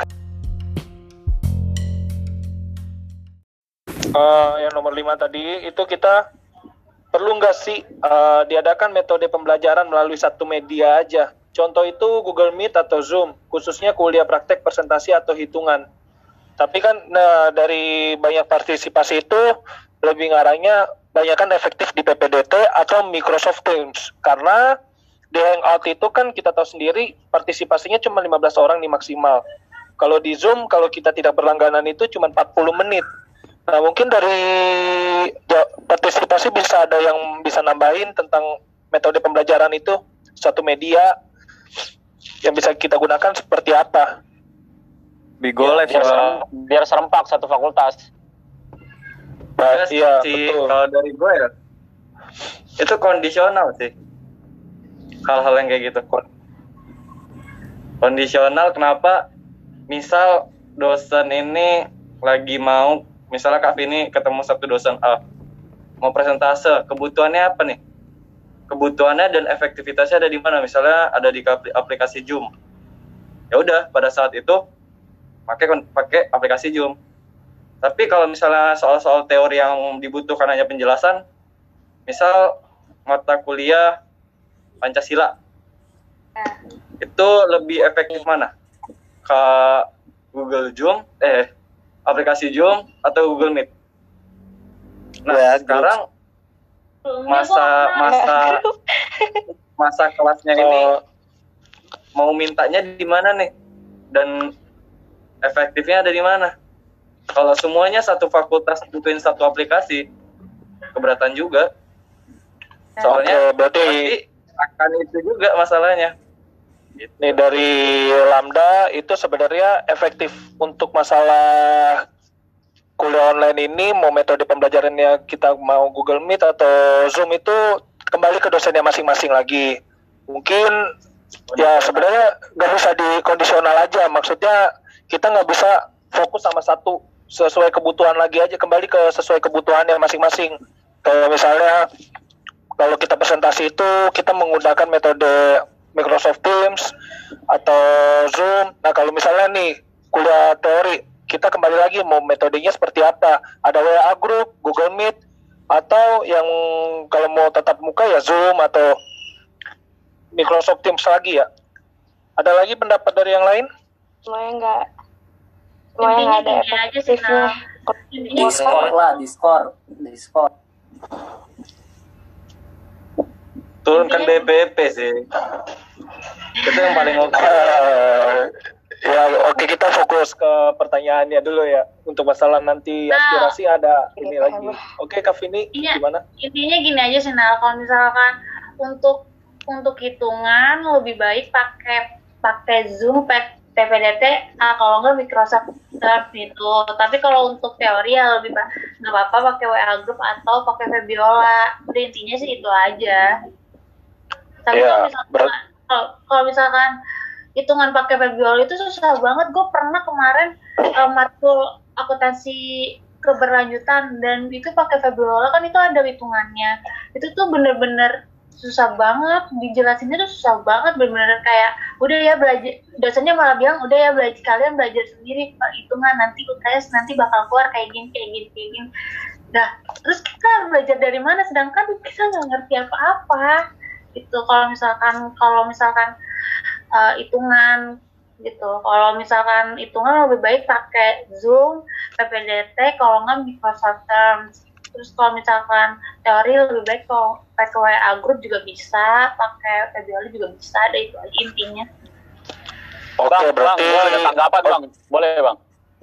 Yang nomor 5 tadi itu kita perlu nggak sih diadakan metode pembelajaran melalui satu media aja? Contoh itu Google Meet atau Zoom, khususnya kuliah praktek, presentasi atau hitungan. Tapi kan dari banyak partisipasi itu lebih ngarahnya banyak kan efektif di PPDT atau Microsoft Teams. Karena di Hangout itu kan kita tahu sendiri partisipasinya cuma 15 orang nih maksimal. Kalau di Zoom, kalau kita tidak berlangganan itu cuma 40 menit. Nah, mungkin dari partisipasi bisa ada yang bisa nambahin tentang metode pembelajaran itu, satu media yang bisa kita gunakan seperti apa? Bigo Live ya bang. Biar serempak satu fakultas. Iya, betul. Kalau dari gue ya, itu kondisional sih. Hal-hal yang kayak gitu. Kondisional kenapa? Misal dosen ini lagi mau, misalnya Kak Vini ketemu satu dosen A, mau presentase, kebutuhannya apa nih? Kebutuhannya dan efektivitasnya ada di mana? Misalnya ada di aplikasi Zoom. Ya udah, pada saat itu pakai aplikasi Zoom. Tapi kalau misalnya soal-soal teori yang dibutuhkan hanya penjelasan, misal mata kuliah Pancasila, itu lebih efektif mana? Ke Google Zoom, aplikasi Zoom atau Google Meet? Nah, Ya, sekarang masa kelasnya ini mau mintanya di mana nih? Dan efektifnya ada di mana? Kalau semuanya satu fakultas butuhin satu aplikasi, keberatan juga. Soalnya Oke, berarti pasti akan itu juga masalahnya. Gitu. nih dari Lambda itu sebenarnya efektif untuk masalah kuliah online ini, mau metode pembelajarannya kita mau Google Meet atau Zoom itu kembali ke dosennya masing-masing lagi. Mungkin ya sebenarnya nggak bisa dikondisional aja, maksudnya kita nggak bisa fokus sama satu, sesuai kebutuhan lagi aja, kembali ke sesuai kebutuhannya masing-masing. Kayak misalnya kalau kita presentasi itu kita menggunakan metode Microsoft Teams atau Zoom. Nah, kalau misalnya nih kuliah teori, kita kembali lagi mau metodenya seperti apa. Ada WA Group, Google Meet, atau yang kalau mau tatap muka ya Zoom atau Microsoft Teams lagi ya. Ada lagi pendapat dari yang lain? Semuanya nggak. Pokoknya Intinya nggak ada gini aja sih, efektifnya. Intinya Discord. Turunkan BPP sih. Itu yang paling oke. Ya oke, kita fokus ke pertanyaannya dulu ya. Untuk masalah nanti aspirasi ada ini lagi. Oke, Kak Vini, Iya. gimana? intinya gini aja sih, Nal. Kalau misalkan untuk hitungan lebih baik pakai Zoom, PPDT, kalau nggak Microsoft Teams gitu. Tapi kalau untuk teori ya lebih nggak apa-apa pakai WA Group atau pakai Fabiola. Udah, intinya sih itu aja. Tapi Ya, kalau misalkan hitungan pakai Fabiola itu susah banget. Gue pernah kemarin matkul akuntansi keberlanjutan dan itu pakai Fabiola, kan itu ada hitungannya. Itu tuh bener-bener susah banget, dijelasinnya tuh susah banget, bener-bener kayak udah ya belajar, dosennya malah bilang udah ya kalian belajar sendiri hitungan, nanti UTS nanti bakal keluar kayak gini. Nah, terus kita belajar dari mana, sedangkan kita nggak ngerti apa-apa gitu. Kalau misalkan hitungan gitu, kalau misalkan hitungan lebih baik pakai Zoom, PPDT, kalau nggak Microsoft Teams. Terus kalau misalkan teori lebih baik kalau pakai WA Group juga bisa, pakai Fabiola juga bisa, ada itu aja intinya. Oke, berarti Bang, ada tanggapan Bang? Boleh Bang?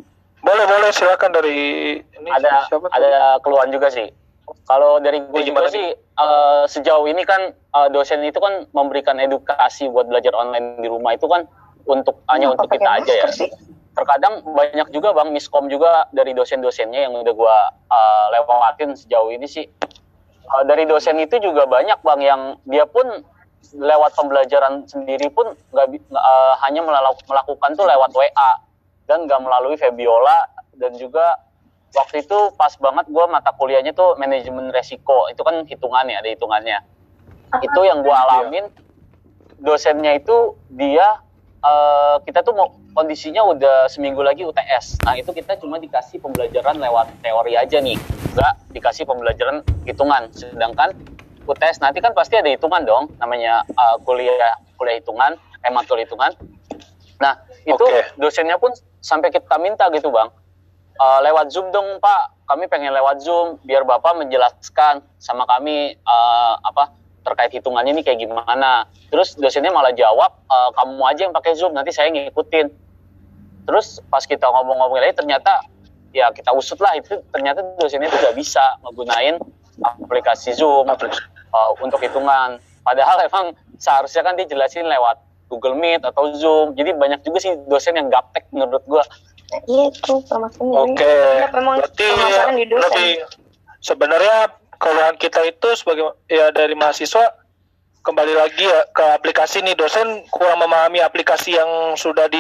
boleh silakan dari ini. Siapa? Ada keluhan juga sih. Kalau dari gue juga Gimana sih, sejauh ini kan dosen itu kan memberikan edukasi buat belajar online di rumah itu kan hanya untuk kita aja ya. Terkadang banyak juga Bang miskom juga dari dosen-dosennya yang udah gue lewatin sejauh ini sih. Dari dosen itu juga banyak Bang yang dia pun lewat pembelajaran sendiri pun hanya melakukan tuh lewat WA dan nggak melalui Fabiola. Dan juga waktu itu pas banget gue mata kuliahnya tuh manajemen resiko, itu kan hitungannya, ada hitungannya. Itu yang gue alamin, dosennya itu dia kita tuh kondisinya udah seminggu lagi UTS. Nah itu kita cuma dikasih pembelajaran lewat teori aja nih, nggak dikasih pembelajaran hitungan. Sedangkan UTS nanti kan pasti ada hitungan dong, namanya kuliah hitungan, matkul hitungan. Nah itu dosennya pun sampai kita minta gitu Bang, lewat Zoom dong Pak, kami pengen lewat Zoom biar Bapak menjelaskan sama kami terkait hitungannya ini kayak gimana. Terus dosennya malah jawab, kamu aja yang pakai Zoom, nanti saya ngikutin. Terus pas kita ngomong-ngomong lagi, ternyata ya kita usut lah, itu ternyata dosennya itu nggak bisa menggunakan aplikasi Zoom untuk hitungan. Padahal emang seharusnya kan dia jelasin lewat Google Meet atau Zoom. Jadi banyak juga sih dosen yang gaptek menurut gua. Iya itu permasalahannya. Oke, Memang berarti permasalahan di dosen. lebih sebenarnya keluhan kita itu sebagai ya dari mahasiswa, kembali lagi ya ke aplikasi nih, dosen kurang memahami aplikasi yang sudah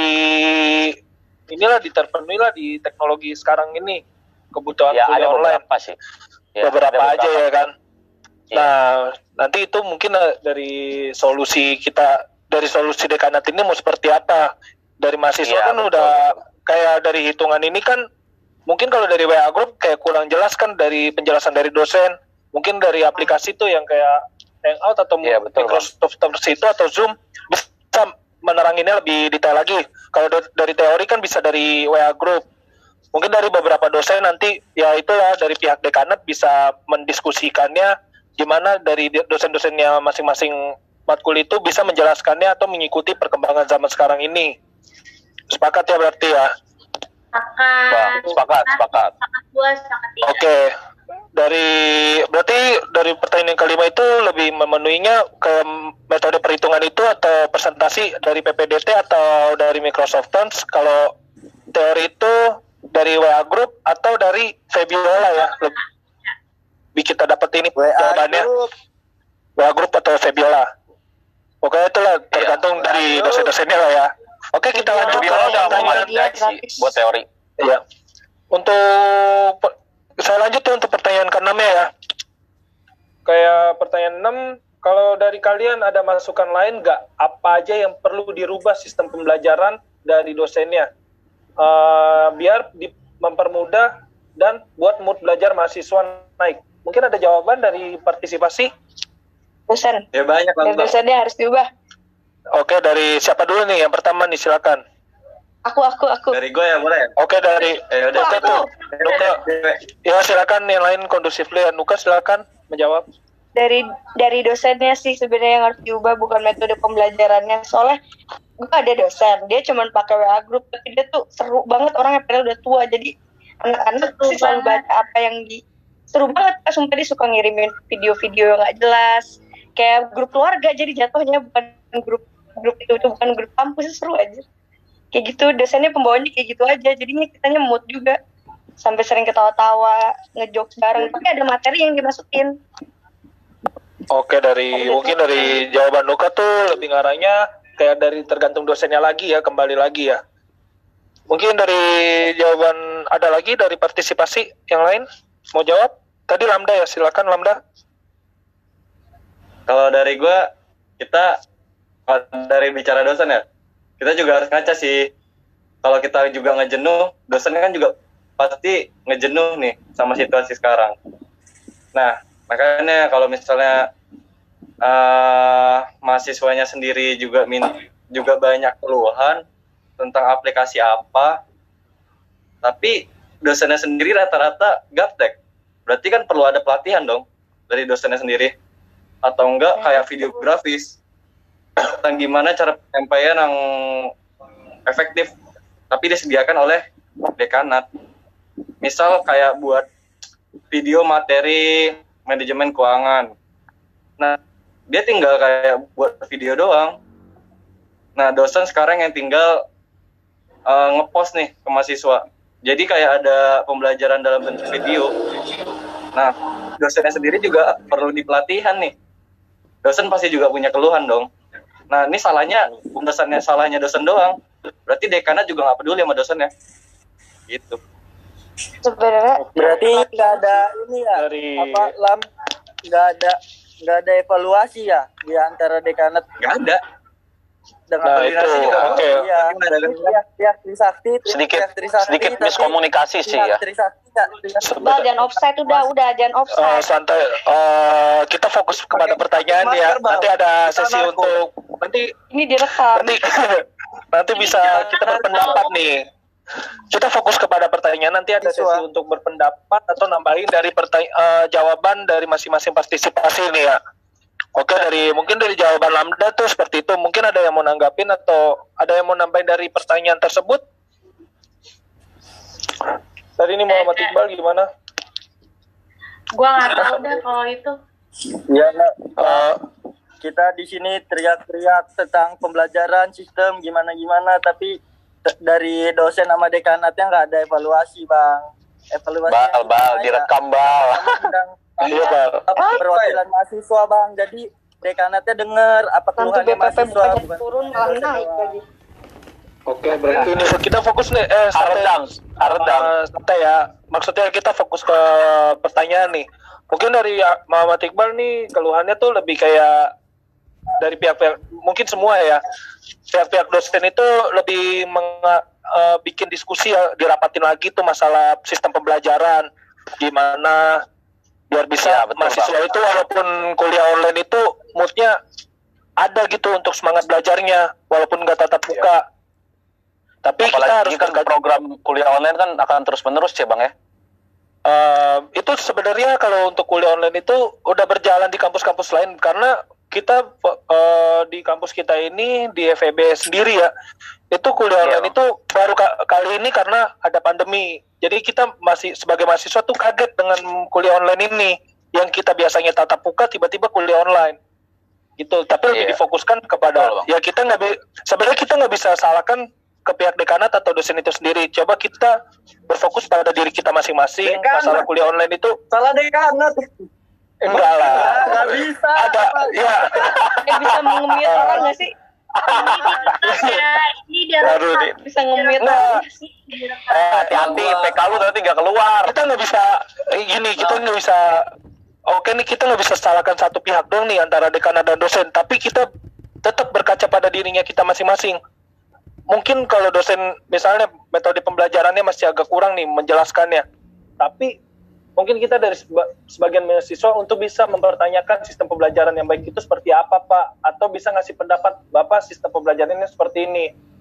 terpenuhi lah di teknologi sekarang ini, kebutuhan Ya kuliah ada online. beberapa sih. Ya, beberapa ada aja ya kan. Iya. Nah, nanti itu mungkin dari solusi dekanat ini mau seperti apa? Dari mahasiswa Iya, kan betul. udah kayak dari hitungan ini kan mungkin kalau dari WA Group kayak kurang jelas kan dari penjelasan dari dosen. Mungkin dari aplikasi tuh yang kayak Hangout atau Iya, betul, Microsoft Teams itu atau Zoom bisa meneranginnya lebih detail lagi. Kalau dari teori kan bisa dari WA Group. Mungkin dari beberapa dosen nanti ya itulah dari pihak dekanat bisa mendiskusikannya gimana dari dosen-dosennya masing-masing matkul itu bisa menjelaskannya atau mengikuti perkembangan zaman sekarang ini. Sepakat ya berarti ya? Sepakat. Sepakat tiga. Oke. Berarti dari pertanyaan yang kelima itu lebih memenuhinya ke metode perhitungan itu atau presentasi dari PPDT atau dari Microsoft Teams. Kalau teori itu dari WA Group atau dari Fabiola ya, lebih kita dapat ini jawabannya. WA Group atau Fabiola. Oke, itulah tergantung dari dosen-dosennya lah ya. Oke, kita lanjut ke pertanyaan buat teori. Iya. Saya lanjut tuh untuk pertanyaan ke-6 ya. Kayak pertanyaan 6, kalau dari kalian ada masukan lain nggak? Apa aja yang perlu dirubah sistem pembelajaran dari dosennya? Biar mempermudah dan buat mood belajar mahasiswa naik. Mungkin ada jawaban dari partisipasi? Dosen. Ya banyak lah. Dosennya harus diubah. Oke, dari siapa dulu nih? Yang pertama nih, silakan. Aku. Dari gue ya boleh. Oke, dari Udah Nuka tuh. Nuka. Ya silakan yang lain kondusifly. Nuka silakan menjawab. Dari dosennya sih sebenarnya yang harus diubah, bukan metode pembelajarannya. Soalnya gue ada dosen, dia cuma pakai WA group, tapi dia tuh seru banget orangnya, padahal udah tua. Jadi anak-anak sih selalu baca apa yang seru banget. Sumpah dia suka ngirimin video-video yang nggak jelas, kayak grup keluarga. Jadi jatuhnya bukan grup itu bukan grup kampus, seru aja. Kayak gitu, dosennya pembawanya kayak gitu aja. Jadinya kitanya mood juga, sampai sering ketawa-tawa, ngejokes bareng. Tapi ada materi yang dimasukin. Oke, mungkin dari jawaban Nuka tuh lebih ngarahnya kayak dari tergantung dosennya lagi ya, kembali lagi ya. Mungkin dari jawaban ada lagi dari partisipasi yang lain mau jawab? Tadi Lambda ya, silakan Lambda. Kalau dari gue, kalau dari bicara dosen ya, kita juga harus ngaca sih. Kalau kita juga ngejenuh, dosennya kan juga pasti ngejenuh nih sama situasi sekarang. Nah, makanya kalau misalnya mahasiswanya sendiri juga banyak keluhan tentang aplikasi apa, tapi dosennya sendiri rata-rata gaptek, berarti kan perlu ada pelatihan dong dari dosennya sendiri, atau enggak kayak videografis tentang gimana cara penyampaian yang efektif, tapi disediakan oleh dekanat. Misal kayak buat video materi manajemen keuangan. Nah, dia tinggal kayak buat video doang. Nah, dosen sekarang yang tinggal ngepost nih ke mahasiswa. Jadi kayak ada pembelajaran dalam bentuk video. Nah, dosennya sendiri juga perlu dipelatihan nih. Dosen pasti juga punya keluhan dong. Nah, ini salahnya dosen doang. Berarti dekanat juga nggak peduli sama dosennya. Gitu. Sebenarnya Berarti nggak ada ini ya, nggak ada evaluasi ya di antara dekanat Nggak ada. dengan Nah, koordinasi itu, juga. oke. Iya. Pihak Trisakti, sedikit miskomunikasi sih ya. udah jangan offside, udah jangan offside. Santai. Kita fokus kepada pertanyaan ya. Nanti ada sesi untuk Ini direkam. nanti bisa kita berpendapat nih. Kita fokus kepada pertanyaan, nanti ada sesi untuk berpendapat atau nambahin dari jawaban dari masing-masing partisipasi nih ya. Oke, mungkin dari jawaban Lambda tuh seperti itu. Mungkin ada yang mau nanggapin atau ada yang mau nambahin dari pertanyaan tersebut? Tadi ini Muhammad Iqbal gimana? Gua nggak tahu deh kalau itu. Ya, kita di sini teriak-teriak tentang pembelajaran sistem gimana, tapi dari dosen sama dekanatnya nggak ada evaluasi, Bang. Evaluasi Bal, direkam Bal. Iya, Bal. Perwakilan mahasiswa, Bang. Jadi dekanatnya dengar apa keluhannya mahasiswa, bukan turun malah naik lagi. Oke, berarti ini kita fokus nih. Santai ya. Maksudnya kita fokus ke pertanyaan nih. Mungkin dari Muhammad Iqbal nih keluhannya tuh lebih kayak dari pihak-pihak, mungkin semua ya, pihak-pihak dosen itu lebih bikin diskusi ya, dirapatin lagi tuh masalah sistem pembelajaran, gimana biar bisa ya, betul, mahasiswa Bang. itu walaupun kuliah online itu moodnya ada gitu untuk semangat belajarnya walaupun nggak tatap muka. Tapi apalagi kita harus program kuliah online kan akan terus menerus ya Bang ya. Itu sebenarnya kalau untuk kuliah online itu udah berjalan di kampus-kampus lain, karena kita di kampus kita ini di FEB sendiri ya, itu kuliah online itu baru kali ini karena ada pandemi. Jadi kita masih sebagai mahasiswa tuh kaget dengan kuliah online ini, yang kita biasanya tatap muka tiba-tiba kuliah online gitu. Tapi lebih difokuskan kepada sebenarnya kita nggak bisa salahkan ke pihak dekanat atau dosen itu sendiri. Coba kita berfokus pada diri kita masing-masing. Masalah kuliah online itu salah dekanat. Enggak lah. Nggak bisa. Ada, ya. Bisa mengemit orang nggak sih? Ini direkam. Bisa ngemit Nah, Hati-hati, PK lu nanti nggak keluar. kita nggak bisa kita nggak bisa. Oke nih, kita nggak bisa salahkan satu pihak dong nih antara dekanat dan dosen. Tapi kita tetap berkaca pada dirinya kita masing-masing. Mungkin kalau dosen misalnya metode pembelajarannya masih agak kurang nih menjelaskannya, tapi mungkin kita dari sebagian mahasiswa untuk bisa mempertanyakan sistem pembelajaran yang baik itu seperti apa, Pak, atau bisa ngasih pendapat, Bapak sistem pembelajarannya seperti ini.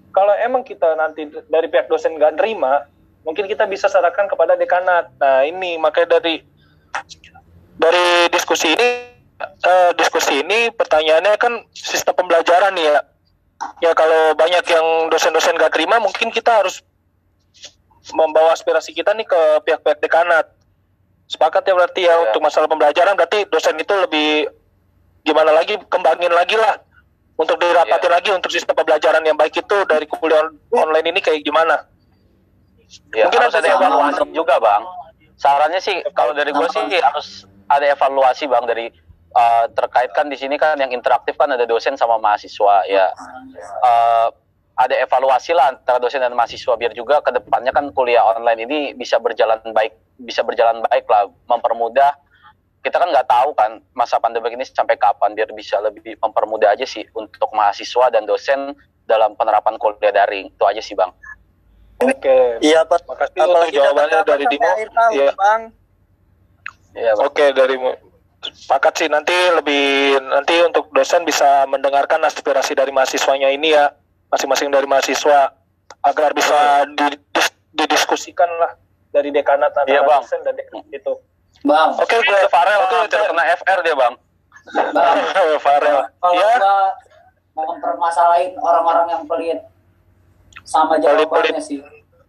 Kalau emang kita nanti dari pihak dosen nggak nerima, mungkin kita bisa sarankan kepada dekanat. Nah ini makanya dari diskusi ini pertanyaannya kan sistem pembelajaran nih ya. Ya kalau banyak yang dosen-dosen nggak terima, mungkin kita harus membawa aspirasi kita nih ke pihak-pihak dekanat. Sepakat ya berarti ya untuk masalah pembelajaran, berarti dosen itu lebih gimana lagi, kembangin lagi lah untuk dirapatin lagi untuk sistem pembelajaran yang baik itu dari kuliah online ini kayak gimana. Ya, mungkin harus ada evaluasi juga Bang. Sarannya sih kalau dari gue sih harus ada evaluasi Bang dari terkait kan di sini kan yang interaktif kan ada dosen sama mahasiswa ya. Ada evaluasi lah antara dosen dan mahasiswa biar juga ke depannya kan kuliah online ini bisa berjalan baik lah, mempermudah. Kita kan nggak tahu kan masa pandemi ini sampai kapan, biar bisa lebih mempermudah aja sih untuk mahasiswa dan dosen dalam penerapan kuliah daring. Itu aja sih Bang. Oke. Iya, Pak. Makasih untuk jawabannya dari Dimo. Iya. Bang. Iya, Oke, dari sepakat sih nanti untuk dosen bisa mendengarkan aspirasi dari mahasiswanya ini ya, masing-masing dari mahasiswa agar bisa didiskusikan lah dari dekanat antara dosen dan dekanat itu. Bang. Oke, gue Farel tuh terkena FR dia, Bang. Farel. Kalau gua mau mempermasalahin orang-orang yang pelit sama jawabannya sih.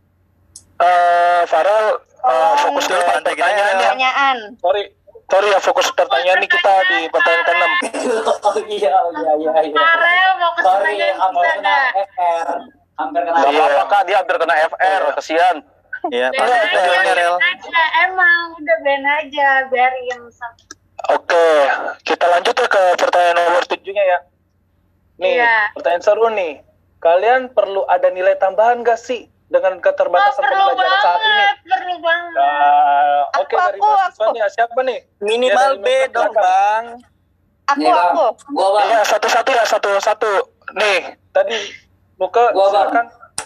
Farel fokus ke pertanyaan. Sorry ya, fokus pertanyaan nih kita di pertanyaan ke-6. Iya. Farel mau ke pertanyaan kena FR. Hampir kena FR. Kak, dia hampir kena FR, kesian. Iya, emang udah ben aja biarin. Oke, kita lanjut ya ke pertanyaan nomor 7-nya ya. Nih, pertanyaan seru nih. Kalian perlu ada nilai tambahan gak sih dengan keterbatasan pembelajaran saat ini? Perlu banget. Oke, dari mahasiswanya siapa nih? Minimal B dong, Bang. Aku. Gua Bang. Iya, satu-satu. Nih, tadi Nuka silakan.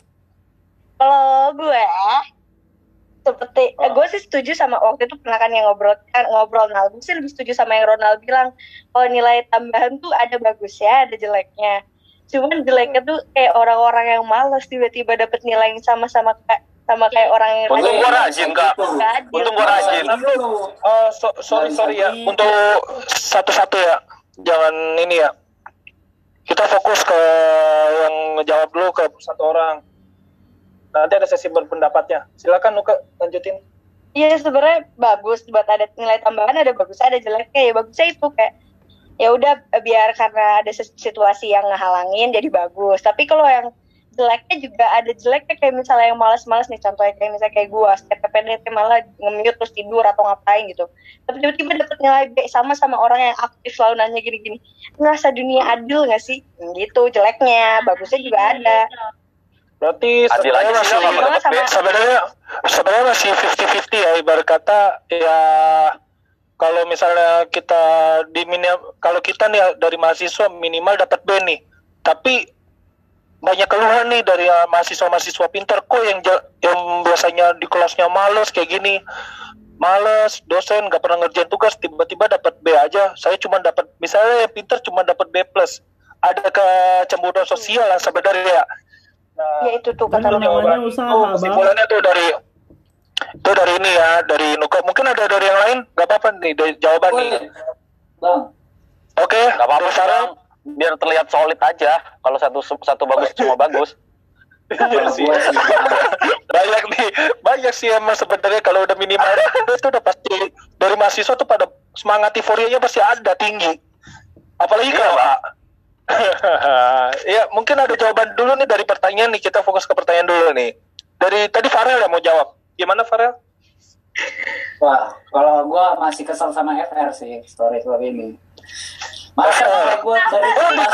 Kalau gue seperti gue sih setuju sama waktu itu pernah kan yang ngobrol nah gue sih lebih setuju sama yang Ronald bilang kalau nilai tambahan tuh ada bagusnya ada jeleknya, cuman jeleknya tuh kayak orang-orang yang malas tiba-tiba dapet nilai yang sama kayak orang yang untung gue rajin Kak, untung gue rajin. Sorry ya, untuk satu-satu ya, jangan ini ya, kita fokus ke yang ngejawab dulu ke satu orang. Nanti ada sesi berpendapatnya. Silakan Nuka lanjutin. Iya sebenarnya bagus buat ada nilai tambahan, ada bagus ada jeleknya. Ya bagusnya itu kayak ya udah biar karena ada situasi yang ngehalangin jadi bagus. Tapi kalau yang jeleknya juga ada jeleknya kayak misalnya yang malas-malas nih, contohnya kayak misalnya kayak gue setiap PPDT malah nge-mute terus tidur atau ngapain gitu. Tapi tiba-tiba dapet nilai B sama orang yang aktif selalu nanya gini-gini. Ngerasa dunia adil nggak sih? Gitu jeleknya, bagusnya juga ada. Berarti sebenarnya masih 50-50 ya, ibarat kata ya kalau misalnya kita kalau kita nih dari mahasiswa minimal dapat B nih, tapi banyak keluhan nih dari mahasiswa pintar kok yang biasanya di kelasnya males kayak gini, males, dosen nggak pernah ngerjain tugas, tiba-tiba dapat B aja. Saya cuma dapat, misalnya yang pintar cuma dapat B+, ada kecemburuan sosial lah sebenarnya. Nah, ya itu tuh kata namanya usaha, Bang. Kesimpulannya tuh dari ini ya, dari Nuka. Mungkin ada dari yang lain, nggak apa-apa nih jawaban nih. Bang. Oke, nggak apa-apa sekarang biar terlihat solid aja. Kalau satu bagus cuma bagus. banyak sih emang sebenarnya kalau udah minimal itu udah pasti dari mahasiswa tuh pada semangat euforianya pasti ada tinggi. Apalagi kalau ya mungkin ada jawaban dulu nih dari pertanyaan nih, kita fokus ke pertanyaan dulu nih. Dari tadi Farel yang mau jawab. Gimana Farel? Wah, kalau gue masih kesel sama FR sih story ini. Masa gue dari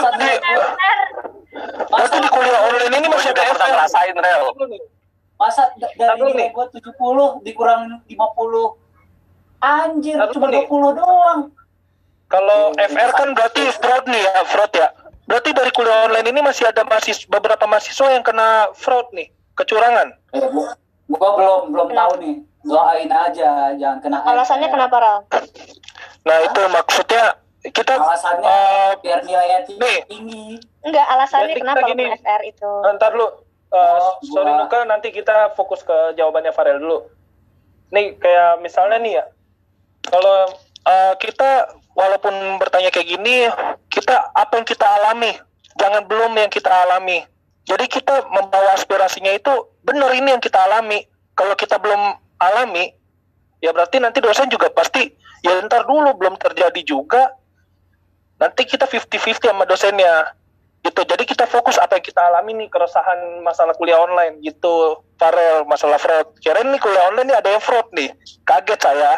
masa di kuliah online ini masih ada FR rasain Rel. Masa dari nilai gue 70 dikurangin 50. Anjir, cuma 20 doang. Kalau FR kan berarti fraud ya. Berarti dari kuliah online ini masih ada beberapa mahasiswa yang kena fraud nih, kecurangan. Gua belum tahu nih. Doain aja jangan kena. Alasannya kenapa, Ral? Nah, itu maksudnya kita alasannya biar nilainya tinggi. Enggak, alasannya Berarti kenapa kita gini. lu FR itu? Ntar lu, sorry gua- Nuka, nanti kita fokus ke jawabannya Farel dulu. Nih kayak misalnya nih ya, kalau kita walaupun bertanya kayak gini, kita apa yang kita alami, jangan belum yang kita alami. Jadi kita membawa aspirasinya itu benar ini yang kita alami. Kalau kita belum alami, ya berarti nanti dosen juga pasti ya ntar dulu belum terjadi juga. Nanti kita 50-50 sama dosennya. Gitu. Jadi kita fokus apa yang kita alami nih, keresahan masalah kuliah online gitu. Farel, masalah fraud. Kirain nih kuliah online nih ada yang fraud nih. Kaget saya.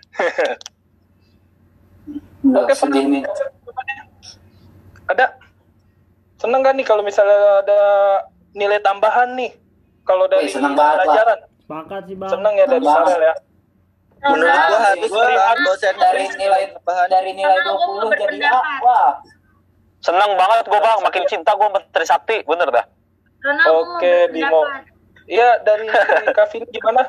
Oke, segini. Ada seneng gak nih kalau misalnya ada nilai tambahan nih kalau dari seneng banget lah. pelajaran? Sepakat sih bang. Seneng ya dari Farel ya. Menurut gua harus kan dosen dari nilai 20 jadi A. Wah, Seneng banget gue bang, makin cinta gue sama Trisakti, bener dah. Oke, Bimo. Iya, dari Kavin gimana?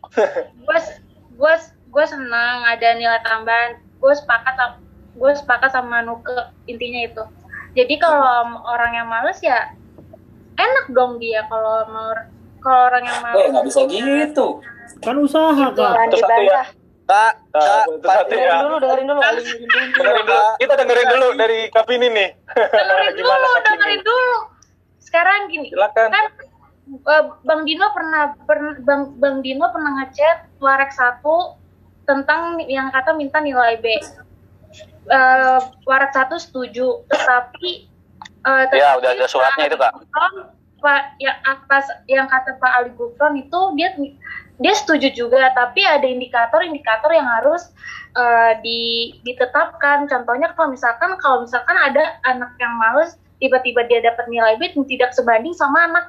Gue senang ada nilai tambahan. Gue sepakat sama Nuke, intinya itu. Jadi kalau orang yang males ya enak dong dia kalau orang yang males. nggak bisa gitu. Kan usaha kak. Jangan Itu satu ya. dibantah. Kak, Dengerin dulu. Dengerin dulu. Kita dengerin dulu dari Kavin ini. Dengerin dulu. Sekarang gini, Silakan. kan Bang Dino pernah ngechat Warek 1 tentang yang kata minta nilai B. Warek 1 setuju, tetapi Ya udah ada suratnya itu kak. Pak yang kata Pak Ali Gufron itu dia setuju juga, tapi ada indikator-indikator yang harus ditetapkan. Contohnya kalau misalkan ada anak yang males tiba-tiba dia dapat nilai B tidak sebanding sama anak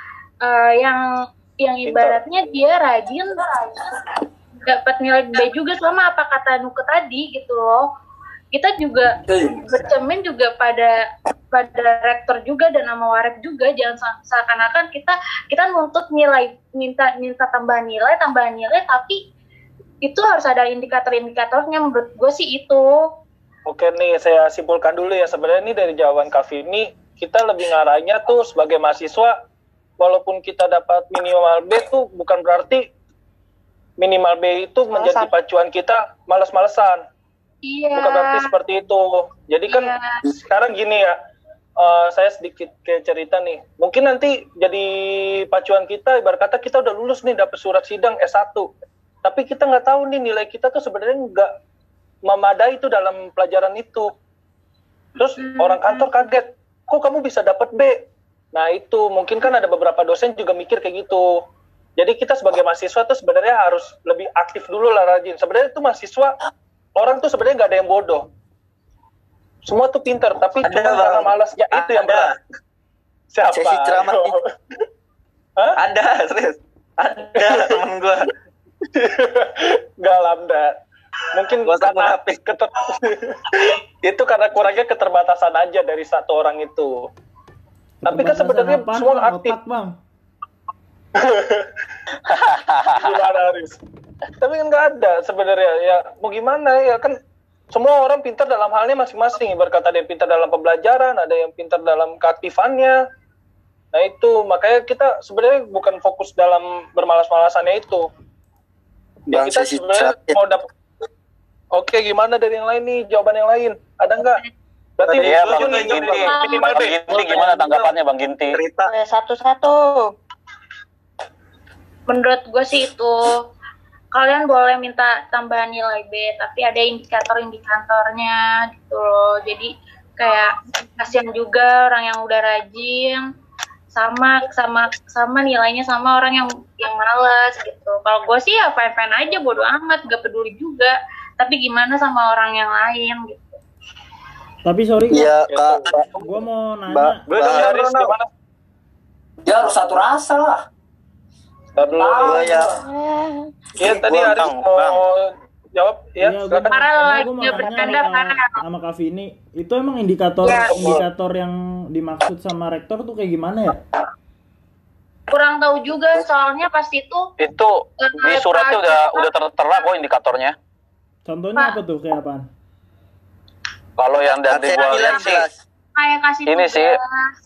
yang ibaratnya dia rajin dapat nilai B juga, sama apa kata Nuke tadi gitu loh. Kita juga bercermin juga pada rektor juga dan sama Warek juga, jangan seakan-akan kita nuntut minta tambahan nilai, tapi itu harus ada indikator-indikatornya. Menurut gue sih itu. Oke nih, saya simpulkan dulu ya. Sebenarnya ini dari jawaban Kavin ini, kita lebih ngarahnya tuh sebagai mahasiswa, walaupun kita dapat minimal B tuh bukan berarti minimal B itu menjadi pacuan kita malas-malesan. Iya. Bukan berarti seperti itu. Jadi kan sekarang gini ya, saya sedikit kayak cerita nih. Mungkin nanti jadi pacuan kita, ibarat kata kita udah lulus nih, dapat surat sidang S1. Tapi kita nggak tahu nih nilai kita tuh sebenarnya nggak memadai itu dalam pelajaran itu. Terus orang kantor kaget, kok kamu bisa dapat B? Nah itu mungkin kan ada beberapa dosen juga mikir kayak gitu. Jadi kita sebagai mahasiswa tuh sebenarnya harus lebih aktif dulu lah, rajin. Sebenarnya itu mahasiswa, orang tuh sebenarnya nggak ada yang bodoh. Semua tuh pintar, tapi cuma karena malas. Ya itu yang benar. Siapa? Sesi ceramah. Ada, serius. Ada temen gue. Gak lambda. Mungkin karena itu karena kurangnya keterbatasan aja dari satu orang itu. Tapi kan sebenarnya semua aktif. Otak, bang. Gimana Haris? Tapi kan nggak ada sebenarnya. Ya mau gimana ya, kan semua orang pintar dalam halnya masing-masing. Ibarat kata ada yang pintar dalam pembelajaran, ada yang pintar dalam keaktifannya. Nah itu makanya kita sebenarnya bukan fokus dalam bermalas-malasannya itu. Ya kita sebenarnya mau dapat. Oke, gimana dari yang lain nih? Jawaban yang lain ada nggak? Berarti Iya Bang nih, Ginti. minimal Bang B. Ginti gimana tanggapannya Bang Ginti? Satu-satu. Menurut gue sih itu, kalian boleh minta tambahan nilai B, tapi ada indikator-indikatornya gitu loh. Jadi kayak kasihan juga orang yang udah rajin, sama nilainya sama orang yang malas gitu. Kalau gue sih ya fine-fine aja, bodo amat, gak peduli juga. Tapi gimana sama orang yang lain gitu. Tapi sorry, Iya, Kak. gue mau nanya. Haris gimana? Dia harus satu rasa lah. Dulu ya. Iya tadi Haris mau jawab ya. Iya, Silakan. gue mau nanya sama Kak Vini, itu emang indikator yang dimaksud sama rektor tuh kayak gimana ya? Kurang tahu juga, soalnya pas itu di suratnya udah tertera kok indikatornya. Contohnya apa tuh, kayak apaan? Kalau yang dari gua lihat sih kayak kasih ini tugas. sih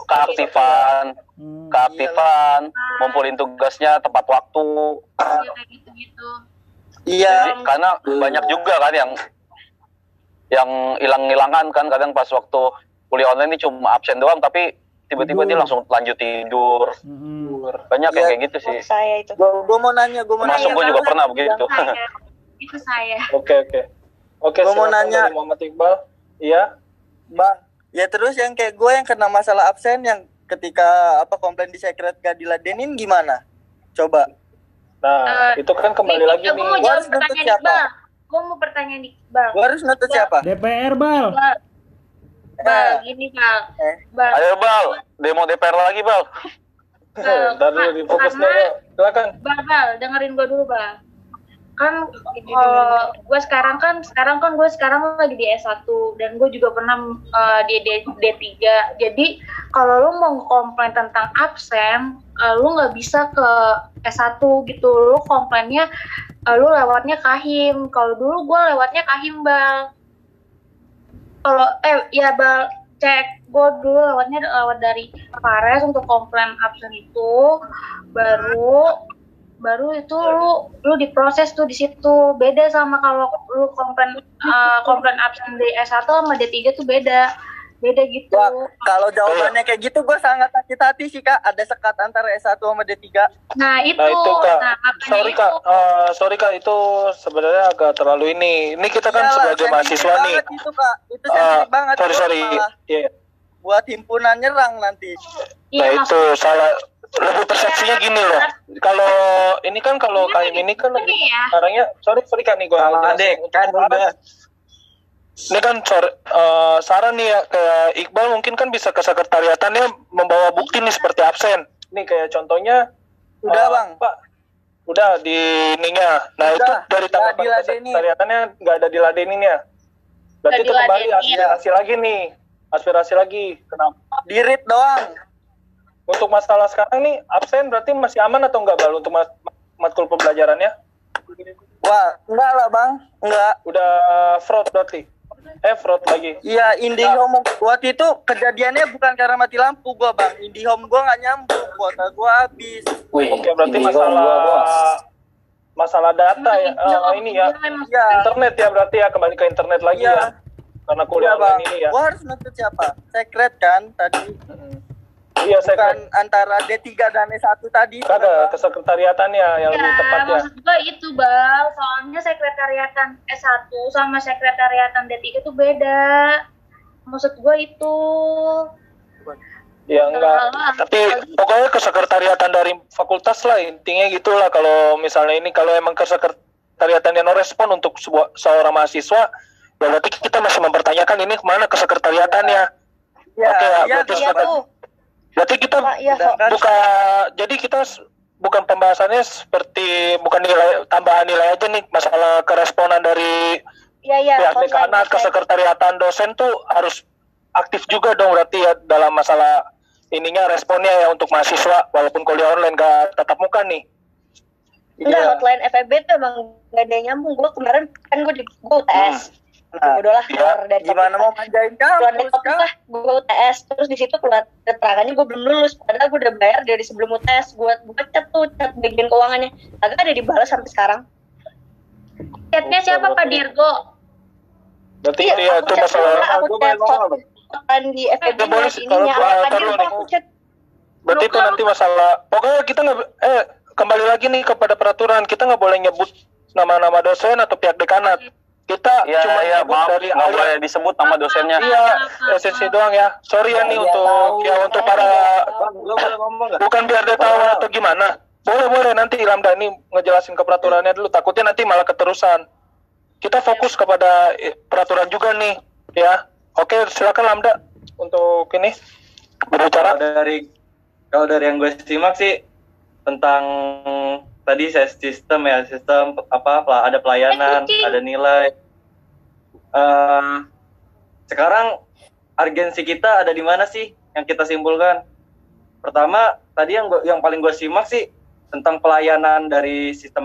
keaktifan, ngumpulin tugasnya tepat waktu. Iya, kayak gitu-gitu. Iya. Jadi, karena banyak juga kan yang hilang-hilangan kan, kadang pas waktu kuliah online ini cuma absen doang tapi tiba-tiba dia langsung lanjut tidur. Banyak yang kayak gitu sih. Saya itu. Gue mau nanya. Termasuk gue juga pernah begitu. Itu saya. Oke, Gua mau nanya. dari Muhammad Iqbal. Iya. Bang, ya terus yang kayak gue yang kena masalah absen yang ketika komplain di secret gak diladenin gimana? Coba. Nah, itu kan kembali lagi nih. Gue mau jawab pertanyaan Iqbal. Gue mau pertanyaan Iqbal. Gue harus nuntut siapa? DPR, Bal. Gini Bal. Ayo Bal, demo DPR lagi Bal. Ntar dulu difokus dulu. Silakan. Bal, dengerin gue dulu Bal. Kan gue sekarang lagi di S1 dan gue juga pernah di D3. Jadi kalau lu mau komplain tentang absen, lu nggak bisa ke S1 gitu. Lu komplainnya lu lewatnya Kahim. Kalau dulu gue lewatnya Kahim Bal. Kalau Bal, cek gue dulu lewat dari Fares untuk komplain absen itu, baru itu lu diproses tuh di situ. Beda sama kalau lu komplain absen di S1 sama D3 tuh beda gitu. Wah, kalau jawabannya kayak gitu gue sangat sakit hati sih Kak. Ada sekat antara S1 sama D3. Nah itu Kak. Nah, Sorry Kak, itu sebenarnya agak terlalu ini. Ini kita kan sebagai mahasiswa nih. Itu Kak, itu sensitif banget. Sorry. Iya. Buat himpunan nyerang nanti. Nah itu salah. Lebih persepsinya gini loh. Kalau ini kan Kahim ini kan lebih sekarangnya. Sorry Kak nih gue. Kan udah. Ini kan saran nih ya, kayak Iqbal mungkin kan bisa ke sekretariatannya membawa bukti nih seperti absen. Nih kayak contohnya udah Bang. Pak, udah di ininya. Nah udah, itu dari tanggapan sekretariatannya nggak ada diladeninnya. Berarti itu kembali aspirasi lagi. Kenapa? Dirit doang. Untuk masalah sekarang nih absen berarti masih aman atau enggak Bal untuk matkul pembelajarannya? Wah, enggak lah Bang, enggak. Udah fraud berarti. Fraud lagi. Iya, IndiHome waktu itu kejadiannya bukan karena mati lampu gua Bang. IndiHome gua nggak nyambung, kuota gua habis. Oke, berarti masalah data ya. Ini ya. Internet ya berarti ya, kembali ke internet lagi ya. Karena kuliah Bang. ini ya. Gua harus nuntut siapa? Secret kan tadi. Iya, bukan antara D3 dan S1 tadi. Ada kesekretariatannya yang lebih tepat ya. Maksud gue itu Bal, soalnya sekretariatan S1 sama sekretariatan D3 itu beda. Maksud gue itu. Ya enggak, tapi pokoknya kesekretariatan dari fakultas lah intinya gitulah. Kalau misalnya ini kalau emang kesekretariatannya no respon untuk seorang mahasiswa, ya berarti kita masih mempertanyakan ini kemana kesekretariatannya. Berarti kita jadi kita bukan pembahasannya seperti bukan nilai tambahan nilai aja nih, masalah keresponan dari pihak dekanat ke sekretariatan dosen tuh harus aktif juga dong berarti ya dalam masalah ininya responnya ya untuk mahasiswa walaupun kuliah online gak tatap muka nih. Enggak, hotline FEB tuh emang gak ada yang nyambung. Gue kemarin kan gue UTS. Udahlah keluar dari gimana mau manjain kamu gue UTS terus di situ keluar keterangannya gue belum lulus padahal gue udah bayar dari sebelum UTS. Gue chat bagian keuangannya agak ada dibalas sampai sekarang. Chatnya siapa Pak Dirgo? Berarti ya itu masalah aku chat di FEB ininya berarti itu nanti masalah pokoknya kita nggak kembali lagi nih kepada peraturan, kita nggak boleh nyebut nama-nama dosen atau pihak dekanat. Kita cuma nyebut dari awal boleh disebut nama dosennya. Iya, esensi doang ya. Sorry ya nih untuk para bukan biar dia tahu atau gimana. Boleh nanti Lamda ini ngejelasin ke peraturannya dulu. Takutnya nanti malah keterusan. Kita fokus kepada peraturan juga nih, ya. Oke, silakan Lamda untuk ini berbicara. Kalau dari yang gue simak sih tentang tadi sistem ada pelayanan, ada nilai. Sekarang urgensi kita ada di mana sih yang kita simpulkan? Pertama, tadi yang paling gue simak sih tentang pelayanan dari sistem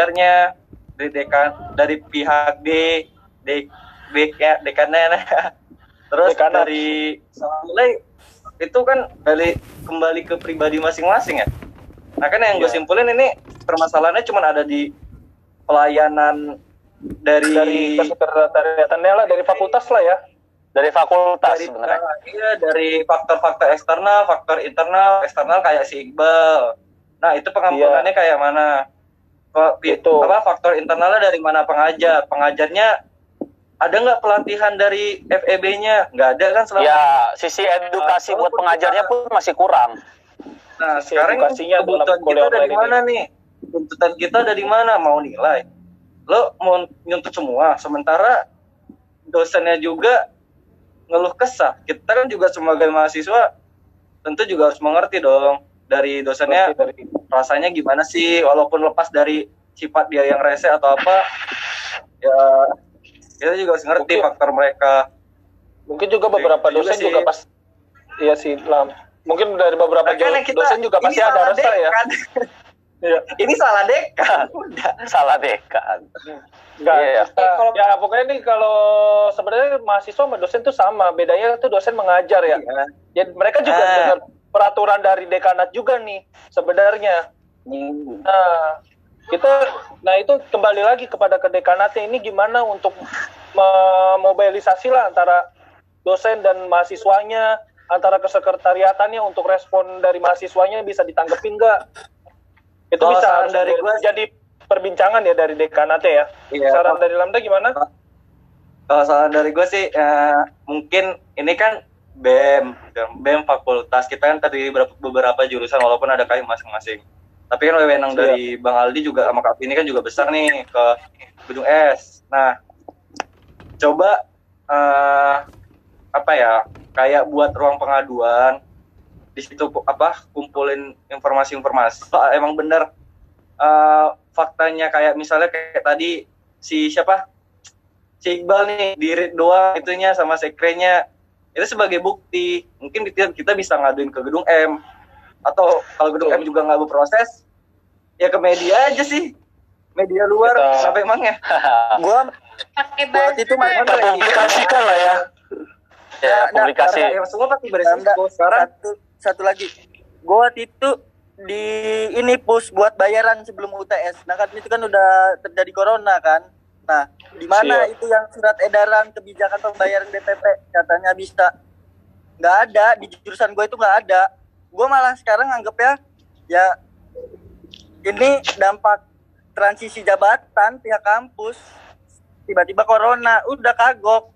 mengajarnya, dari pihak dekannya Terus Dekanat. dari nilai itu kan kembali ke pribadi masing-masing ya. Nah kan yang gue simpulin ini permasalahannya cuma ada di pelayanan dari kesekretariatannya lah, dari fakultas lah ya. Dari fakultas sebenarnya. Iya, dari faktor-faktor eksternal, faktor internal, eksternal kayak si Iqbal. Nah itu pengampunannya kayak mana? Itu. Faktor internalnya dari mana pengajarnya ada nggak pelatihan dari FEB-nya? Nggak ada kan selama. Ya, sisi edukasi buat pengajarnya pun masih kurang. Nah, Sisi sekarang edukasinya tuntutan kita dari mana nih? Tuntutan kita dari mana? Mau nilai. Lo mau nyuntut semua, sementara dosennya juga ngeluh kesah. Kita kan juga sebagai mahasiswa tentu juga harus mengerti dong dari dosennya rasanya gimana sih, walaupun lepas dari sifat dia yang rese atau apa, ya kita juga harus ngerti faktor mereka. Mungkin juga beberapa dosen juga pas, iya sih Lam. Mungkin dari beberapa dosen juga pasti ada rasa ya. Ya. Ini salah dekan. Udah. Salah dekan. Enggak. Iya. Ya pokoknya nih kalau sebenarnya mahasiswa sama dosen tuh sama, bedanya tuh dosen mengajar ya. Ya mereka juga dengar peraturan dari dekanat juga nih sebenarnya. Nah itu kembali lagi kepada ke dekanatnya, ini gimana untuk memobilisasi lah antara dosen dan mahasiswanya, antara kesekretariatannya untuk respon dari mahasiswanya bisa ditanggepin nggak? Itu bisa dari jadi perbincangan ya dari dekanatnya ya. Iya, saran dari Lambda gimana? Kalau saran dari gue sih mungkin ini kan BEM fakultas kita kan tadi beberapa jurusan walaupun ada KM masing-masing. Tapi kan wewenang dari Bang Aldi juga sama Kak ini kan juga besar nih ke gedung S. Nah, coba kayak buat ruang pengaduan di situ kumpulin informasi-informasi. Emang bener faktanya kayak misalnya kayak tadi si Iqbal nih di read doang itunya sama sekrenya itu sebagai bukti. Mungkin kita bisa ngaduin ke gedung M, atau kalau gedung M juga nggak berproses ya ke media aja sih, media luar sampai emang ya. Gua pakai bahasa itu publikasikan lah ya. Ya, publikasi. Ya, semua pasti beresiko. Sekarang satu lagi, gue waktu itu di ini push buat bayaran sebelum UTS. Nah kan itu kan udah terjadi corona kan. Nah di mana itu yang surat edaran kebijakan pembayaran DPP katanya bisa, nggak ada di jurusan gue itu nggak ada. Gue malah sekarang anggap ya ini dampak transisi jabatan pihak kampus, tiba-tiba corona udah kagok.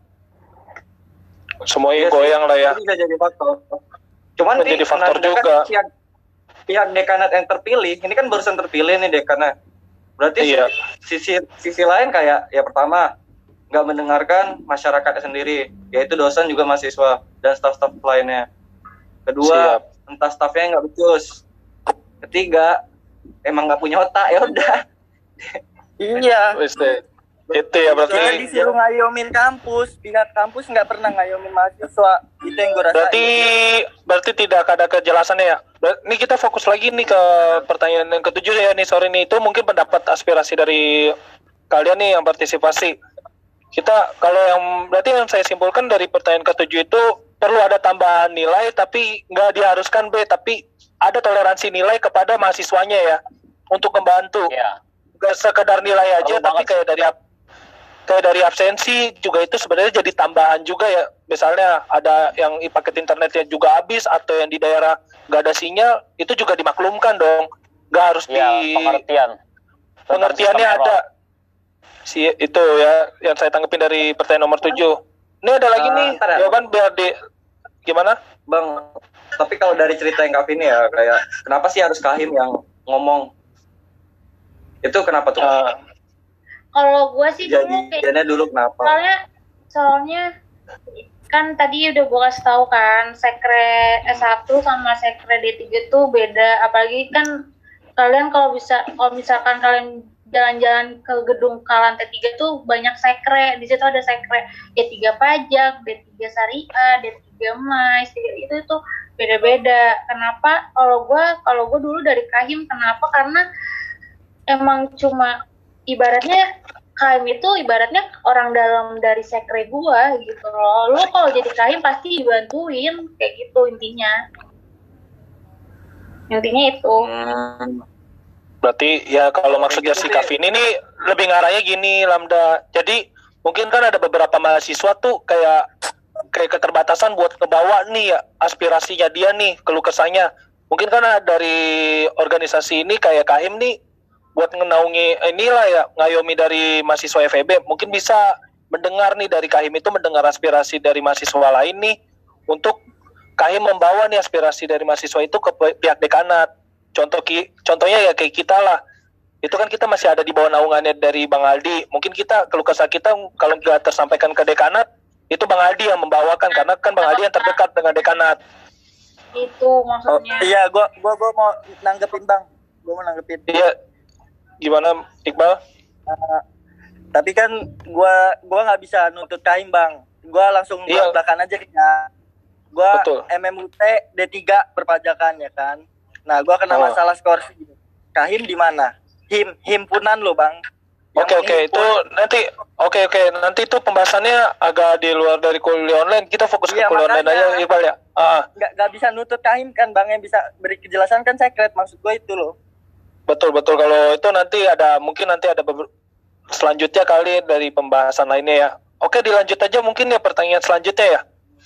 Semuanya goyang lah ya. Bisa jadi faktor. Cuman menjadi faktor juga. Pihak dekanat yang terpilih, ini kan barusan terpilih nih dekanat. Berarti sisi lain kayak ya pertama nggak mendengarkan masyarakat sendiri, yaitu dosen juga mahasiswa dan staf-staf lainnya. Kedua, entah stafnya nggak becus. Ketiga, emang nggak punya otak, ya udah. Iya. Itu ya berarti. Jangan disuruh ngayomin kampus, pihak kampus nggak pernah ngayomin mahasiswa. Itu yang gue rasain. Berarti tidak ada kejelasannya ya. Ini kita fokus lagi nih ke pertanyaan yang ketujuh ya nih, sore ini. Itu mungkin pendapat aspirasi dari kalian nih yang partisipasi. Kita kalau berarti yang saya simpulkan dari pertanyaan ketujuh itu perlu ada tambahan nilai, tapi nggak diharuskan B, tapi ada toleransi nilai kepada mahasiswanya ya untuk membantu. Nggak sekedar nilai aja, tapi kayak dari absensi juga itu sebenarnya jadi tambahan juga ya. Misalnya ada yang paket internetnya juga habis atau yang di daerah nggak ada sinyal, itu juga dimaklumkan dong. Nggak harus pengertiannya ada. Itu ya yang saya tanggepin dari pertanyaan nomor 7. Ini ada lagi nih jawaban biar gimana? Bang, tapi kalau dari cerita yang Kak Vini ya, kayak kenapa sih harus Kahim yang ngomong? Itu kenapa tuh? Kalau gue sih dulu kenapa? Soalnya kan tadi udah gue kasih tahu kan, sekre S1 sama sekre D3 tuh beda. Apalagi kan kalian kalau misalkan kalian jalan-jalan ke gedung ke lantai 3 tuh banyak sekre. Di situ ada sekre D3 pajak, D3 syariah, D3 mais, itu tuh beda-beda. Kenapa? Kalau gue dulu dari Kahim, kenapa? Karena emang cuma ibaratnya Kahim itu ibaratnya orang dalam dari sekre gua gitu loh. Lu kalau jadi kahim pasti dibantuin kayak gitu intinya. Intinya itu. Berarti ya kalau maksudnya si Kavin ini lebih ngarahnya gini Lambda. Jadi mungkin kan ada beberapa mahasiswa tuh kayak keterbatasan buat ngebawa nih ya aspirasinya dia nih, keluh kesahnya. Mungkin kan dari organisasi ini kayak Kahim nih buat ngenaungi inilah ya, ngayomi dari mahasiswa FEB. Mungkin bisa mendengar nih dari Kahim itu, mendengar aspirasi dari mahasiswa lain nih untuk Kahim membawa nih aspirasi dari mahasiswa itu ke pihak dekanat. Contohnya ya kayak kita lah. Itu kan kita masih ada di bawah naungannya dari Bang Aldi. Mungkin kita keluh kesah kita kalau nggak tersampaikan ke dekanat, itu Bang Aldi yang membawakan karena kan Bang Aldi yang terdekat dengan dekanat. Itu maksudnya. Iya, gua mau nanggepin Bang. Gua mau nanggepin. Iya. Gimana Iqbal? Tapi kan gua nggak bisa nuntut Kahim Bang. Gua langsung belak-belakan aja ya. Gua Betul. MMUT D3 perpajakan ya kan. Nah, gua kena masalah skorsi. Kahim di mana? Himpunan lo Bang. Oke, itu nanti itu pembahasannya agak di luar dari kuliah online. Kita fokus ke kuliah online aja Iqbal ya. Nggak bisa nuntut Kahim kan Bang, yang bisa beri kejelasan kan sekret, maksud gue itu loh. Betul kalau itu nanti ada selanjutnya kali dari pembahasan lainnya ya. Oke, dilanjut aja mungkin ya pertanyaan selanjutnya ya.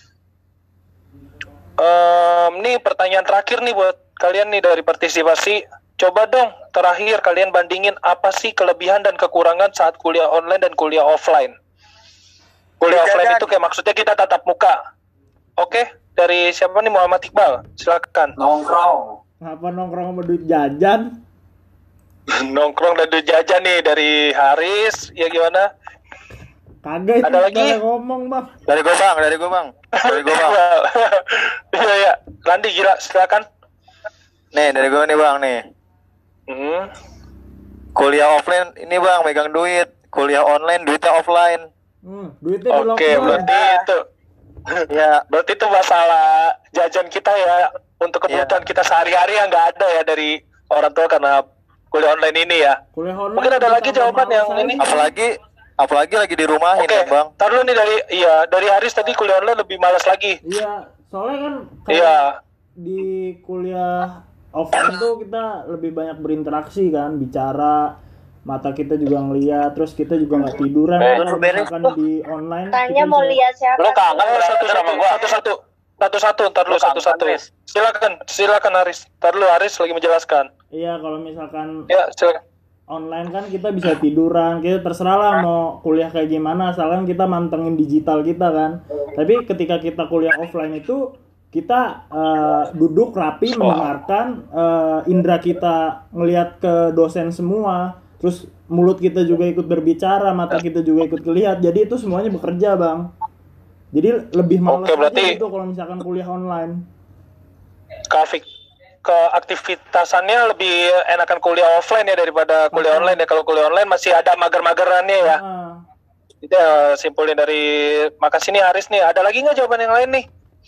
Nih pertanyaan terakhir nih buat kalian nih dari partisipasi. Coba dong terakhir kalian bandingin apa sih kelebihan dan kekurangan saat kuliah online dan kuliah offline. Kuliah offline itu kayak maksudnya kita tatap muka. Oke, dari siapa nih, Muhammad Iqbal? Silakan. Nongkrong. Apa nongkrong sama duit jajan? Nongkrong dan duit jajan nih dari Haris, ya gimana? Kagak itu. Ada lagi? Ngomong Bang. Dari gue bang. Iya. Randi gila, silakan. Nih dari gue nih Bang nih. Kuliah offline ini Bang megang duit, kuliah online duitnya offline. Duitnya Oke, berarti itu. Ya, berarti itu masalah jajan kita ya untuk kebutuhan kita sehari-hari yang nggak ada ya dari orang tua karena kuliah online ini ya. Kuliah online. Mungkin ada lagi jawaban yang ini. Apalagi lagi di rumahin ya Bang. Ntar dulu nih dari Haris tadi kuliah online lebih malas lagi. Iya, soalnya kan kayak di kuliah offline tuh kita lebih banyak berinteraksi kan, bicara, mata kita juga ngeliat, terus kita juga nggak tiduran. Kalau misalkan di online tanya mau lihat siapa? Lo kangen satu sama gua. Satu-satu, ntar lu satu-satu. Silakan Haris. Ntar lu Haris lagi menjelaskan. Iya, kalau misalkan silakan. Online kan kita bisa tiduran, kita terserah lah mau kuliah kayak gimana, asalkan kita mantengin digital kita kan. Tapi ketika kita kuliah offline itu kita duduk rapi mendengarkan, indera kita ngelihat ke dosen semua, terus mulut kita juga ikut berbicara, mata kita juga ikut lihat, jadi itu semuanya bekerja Bang. Jadi lebih malas berarti itu kalau misalkan kuliah online. Keaktivitasannya lebih enakan kuliah offline ya daripada kuliah online ya. Kalau kuliah online masih ada mager-magerannya ya. Itu ya simpulin dari makasih nih Haris nih. Ada lagi nggak jawaban yang lain nih?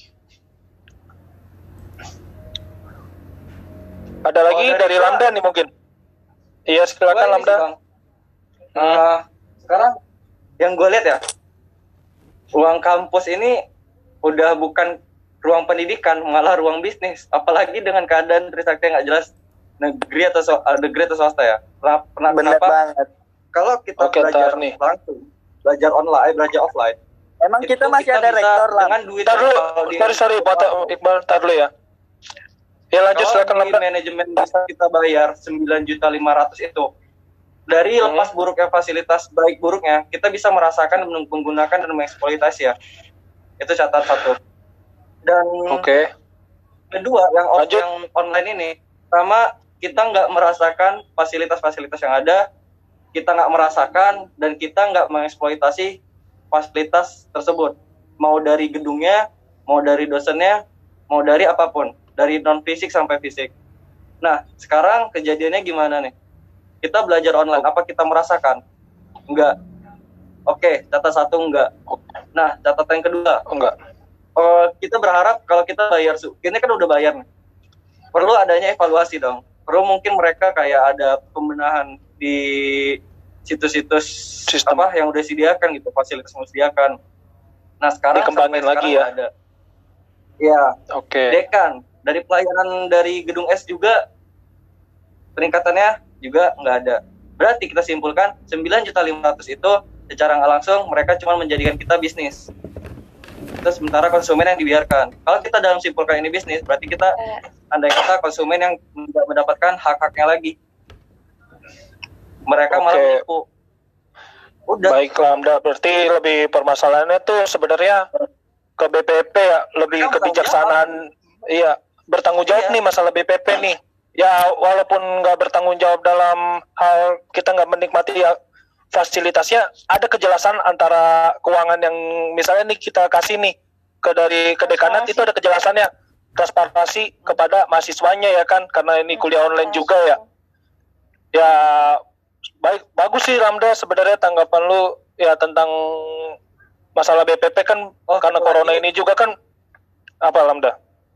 Ada lagi dari Lambda nih mungkin. Iya silakan Lambda. Sekarang yang gue lihat ya, ruang kampus ini udah bukan ruang pendidikan, malah ruang bisnis. Apalagi dengan keadaan Trisakti nggak jelas negeri atau swasta ya. Kenapa? Kalau kita belajar langsung, belajar online, belajar offline. Emang kita masih ada rektor lah. Dengan duit sorry, Iqbal, tar dulu ya. Ya lanjut silakan Lambda. Manajemen bisa kita bayar 9.500.000 itu. Dari lepas buruknya fasilitas, baik buruknya, kita bisa merasakan menggunakan dan mengeksploitasi ya. Itu catatan satu. Dan kedua, yang online ini, pertama kita nggak merasakan fasilitas-fasilitas yang ada, kita nggak merasakan dan kita nggak mengeksploitasi fasilitas tersebut. Mau dari gedungnya, mau dari dosennya, mau dari apapun, dari non fisik sampai fisik. Nah, sekarang kejadiannya gimana nih? Kita belajar online, apa kita merasakan? Enggak. Oke, catatan satu enggak. Nah, catatan yang kedua, enggak. Kita berharap kalau kita bayar, ini kan udah bayar nih. Perlu adanya evaluasi dong. Perlu mungkin mereka kayak ada pembenahan di situs-situs Sistem. apa yang udah disediakan gitu, fasilitas yang disediakan. Nah sekarang Dikembangin sampai lagi sekarang ya? nggak ada. Ya, Oke. dekan dari pelayanan dari gedung S juga peningkatannya juga nggak ada. Berarti kita simpulkan 9.500.000 itu secara nggak langsung mereka cuma menjadikan kita bisnis. Terus sementara konsumen yang dibiarkan. Kalau kita dalam simpulkan ini bisnis, berarti kita andai kata konsumen yang tidak mendapatkan hak-haknya lagi. Mereka malah menipu. Udah. Baik Lambda, berarti lebih permasalahannya tuh sebenarnya ke BPP ya, lebih kebijaksanaan. Iya, bertanggung jawab nih masalah BPP nih. Ya walaupun nggak bertanggung jawab dalam hal kita nggak menikmati ya fasilitasnya, ada kejelasan antara keuangan yang misalnya nih kita kasih nih ke dekanat itu ada kejelasannya, transparansi kepada mahasiswanya ya kan, karena ini kuliah online juga ya. Ya bagus sih Lambda sebenarnya tanggapan lu ya tentang masalah BPP kan, karena corona ini juga kan apa Lambda?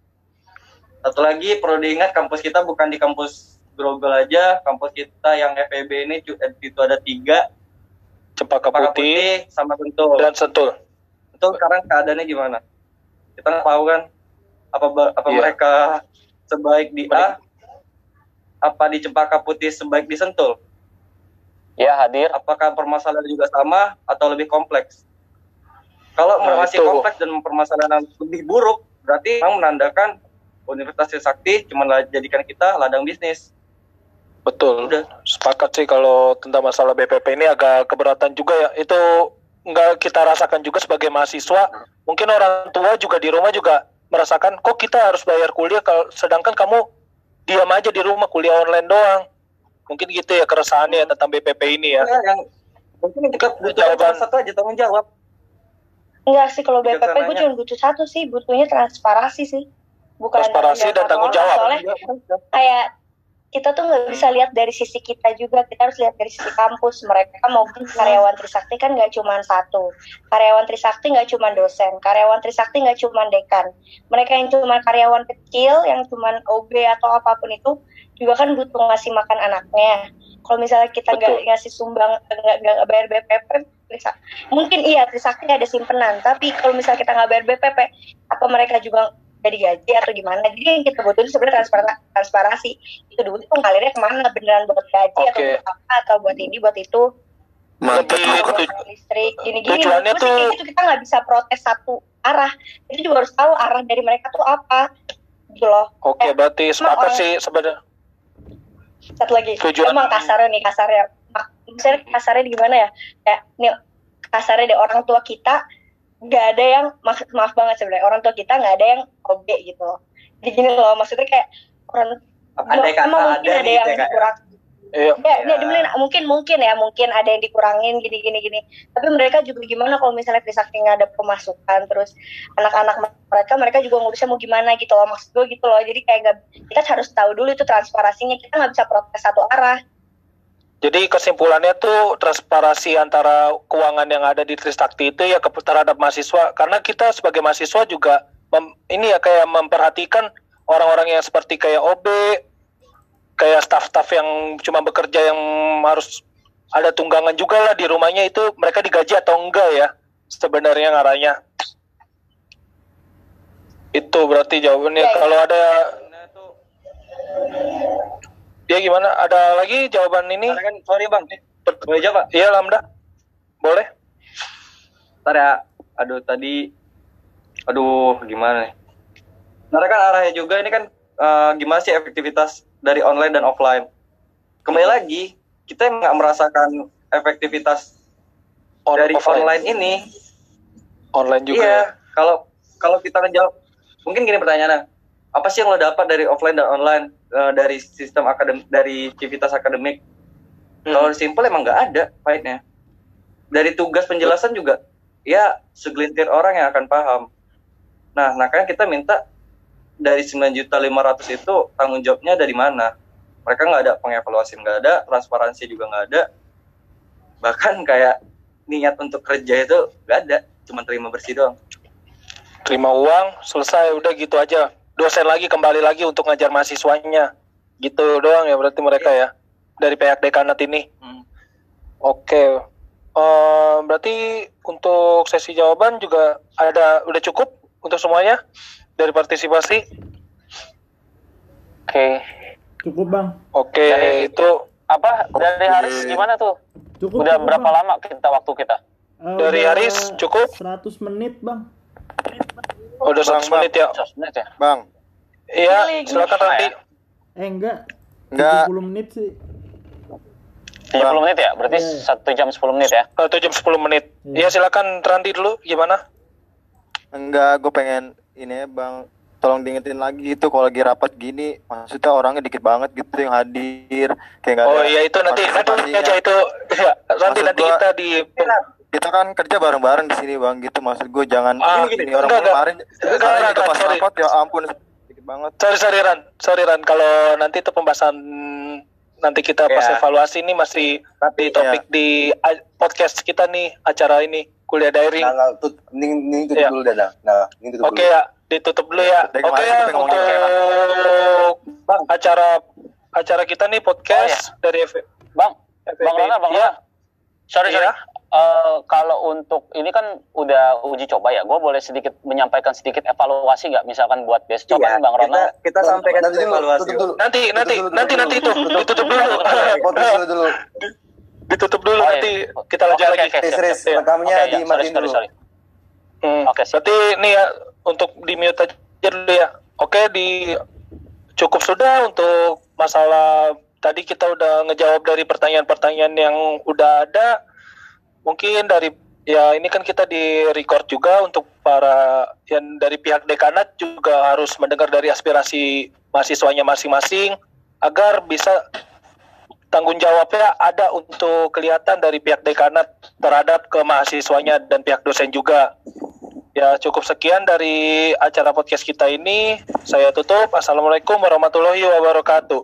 Satu lagi perlu diingat, kampus kita bukan di kampus Grogol aja, kampus kita yang FEB ini itu ada 3, Cempaka Putih sama Sentul. Dan Sentul. Sentul sekarang keadaannya gimana? Kita nggak tahu kan apa mereka sebaik di A, apa di Cempaka Putih sebaik di Sentul? Ya hadir. Apakah permasalahan juga sama atau lebih kompleks? Kalau masih kompleks dan permasalahan lebih buruk, berarti memang menandakan Universitas Trisakti cuma jadikan kita ladang bisnis. Betul. Udah. Sepakat sih kalau tentang masalah BPP ini agak keberatan juga ya. Itu nggak kita rasakan juga sebagai mahasiswa. Mungkin orang tua juga di rumah juga merasakan, kok kita harus bayar kuliah sedangkan kamu diam aja di rumah kuliah online doang. Mungkin gitu ya keresahannya tentang BPP ini ya. Yang mungkin kita butuh satu aja tanggung jawab. Enggak sih, kalau BPP gue cuma butuh satu sih, butuhnya transparansi sih. Bukan transparansi dan tanggung jawab. Soalnya kayak kita tuh nggak bisa lihat dari sisi kita juga, kita harus lihat dari sisi kampus. Mereka mau karyawan Trisakti kan nggak cuma satu, karyawan Trisakti nggak cuma dosen, karyawan Trisakti nggak cuma dekan. Mereka yang cuma karyawan kecil, yang cuma OB atau apapun itu juga kan butuh ngasih makan anaknya. Kalau misalnya kita nggak ngasih sumbang, nggak bayar BPP, mungkin iya Trisakti ada simpenan, tapi kalau misalnya kita nggak bayar BPP, apa mereka juga jadi gaji atau gimana? Jadi yang kita butuhin sebenarnya transparansi. Itu duit tuh ngalirnya kemana? Beneran buat gaji atau buat apa? Atau buat ini, buat itu? Listrik, gini-gini. Terus kayak gitu kita nggak bisa protes satu arah. Itu juga harus tahu arah dari mereka tuh apa. Gitu loh. Oke, berarti sepakat sih sebenarnya. Satu lagi. Emang kasarnya. Misalnya kasarnya gimana ya? Kayak nih kasarnya deh, orang tua kita nggak ada yang maaf banget sebenarnya, orang tua kita nggak ada yang OB gitu loh. Jadi gini loh, maksudnya kayak orang mungkin ada yang kurang. Mungkin ada yang dikurangin gini. Tapi mereka juga gimana kalau misalnya Trisakti nggak ada pemasukan, terus anak-anak mereka juga ngurusnya mau gimana gitu loh, maksud gue gitu loh. Jadi kayak kita harus tahu dulu itu transparansinya, kita nggak bisa protes satu arah. Jadi kesimpulannya tuh transparansi antara keuangan yang ada di Trisakti itu ya terhadap mahasiswa, karena kita sebagai mahasiswa juga ini ya kayak memperhatikan orang-orang yang seperti kayak OB, kayak staff-staff yang cuma bekerja yang harus ada tunggangan juga lah di rumahnya, itu mereka digaji atau enggak ya sebenarnya ngarahnya. Itu berarti jawabannya. Kalau ada dia gimana? Ada lagi jawaban ini? Sorry bang, boleh jawab Pak? Iya Lambda, boleh. Ntar ya, gimana nih? Ntar kan arahnya juga ini kan gimana sih efektivitas dari online dan offline. Kembali lagi, kita nggak merasakan efektivitas dari online ini. Online juga. Iya, kalau kita ngejawab, mungkin gini pertanyaannya, apa sih yang lo dapat dari offline dan online dari sistem akademik, dari aktivitas akademik? Kalau simpel emang nggak ada faedahnya. Dari tugas penjelasan juga, ya segelintir orang yang akan paham. Nah, makanya kita minta dari 9.500.000 itu tanggung jawabnya dari mana? Mereka nggak ada pengevaluasi, nggak ada transparansi juga nggak ada. Bahkan kayak niat untuk kerja itu nggak ada, cuma terima bersih doang. Terima uang, selesai, udah gitu aja. Dosen lagi kembali lagi untuk ngajar mahasiswanya, gitu doang ya berarti mereka ya dari pihak dekanat ini. Oke. Berarti untuk sesi jawaban juga udah cukup untuk semuanya dari partisipasi. Oke. Cukup bang. Oke, itu Apa dari Haris gimana tuh? Cukup. Udah cukup, berapa Bang. lama waktu kita? dari Udah Haris cukup? 100 menit bang. Udah 100 menit ya. 100 menit ya? Bang, Iya, silakan Randy. Enggak. enggak 70 menit sih. 70 menit ya? Berarti Iya. 1 jam 10 menit ya? 1 jam 10 menit. Iya, silakan Randy dulu gimana? enggak, gue pengen ini ya Bang, tolong diingetin lagi gitu kalau lagi rapat gini, maksudnya orangnya dikit banget gitu yang hadir, kayak nggak ada. Oh iya, itu nanti partisipasinya. aja itu ya, nanti Maksud gua- kita di Kita kan kerja bareng-bareng di sini Bang, gitu maksud gue jangan Gini, ini orang enggak. kemarin itu pas sorry. rapat ya ampun dikit banget. Sorry Ran, kalau nanti itu pembahasan nanti kita pas evaluasi ini masih di topik di podcast kita nih, acara ini kuliah daring. Nah, ini tutup Iya. dulu dah. Nah, ini tutup Oke dulu. ya, ditutup dulu ya. Dari Oke kemarin ya, kita ngomongin untuk acara kita nih podcast dari Bang FVP. Rona, Iya. Sorry. Iya. Kalau untuk ini kan udah uji coba ya, gue boleh sedikit menyampaikan sedikit evaluasi nggak? Misalkan buat besok kan Bang Rona. Kita sampaikan Nanti dulu, evaluasi. tutup dulu. Nanti itu ditutup dulu. Podcast dulu. Ditutup dulu Oh, iya. nanti kita lanjut Oke, lagi. oke, siap, Serius, siap. rekamnya Oke, ya, dimatiin dulu. sorry. Oke, siap. Berarti nih ya untuk di mute aja dulu ya. Oke, cukup sudah untuk masalah tadi kita udah ngejawab dari pertanyaan-pertanyaan yang udah ada. Mungkin dari ya ini kan kita di record juga untuk para yang dari pihak dekanat juga harus mendengar dari aspirasi mahasiswanya masing-masing agar bisa tanggung jawabnya ada untuk kelihatan dari pihak dekanat terhadap ke mahasiswanya dan pihak dosen juga. Ya cukup sekian dari acara podcast kita ini. Saya tutup. Assalamualaikum warahmatullahi wabarakatuh.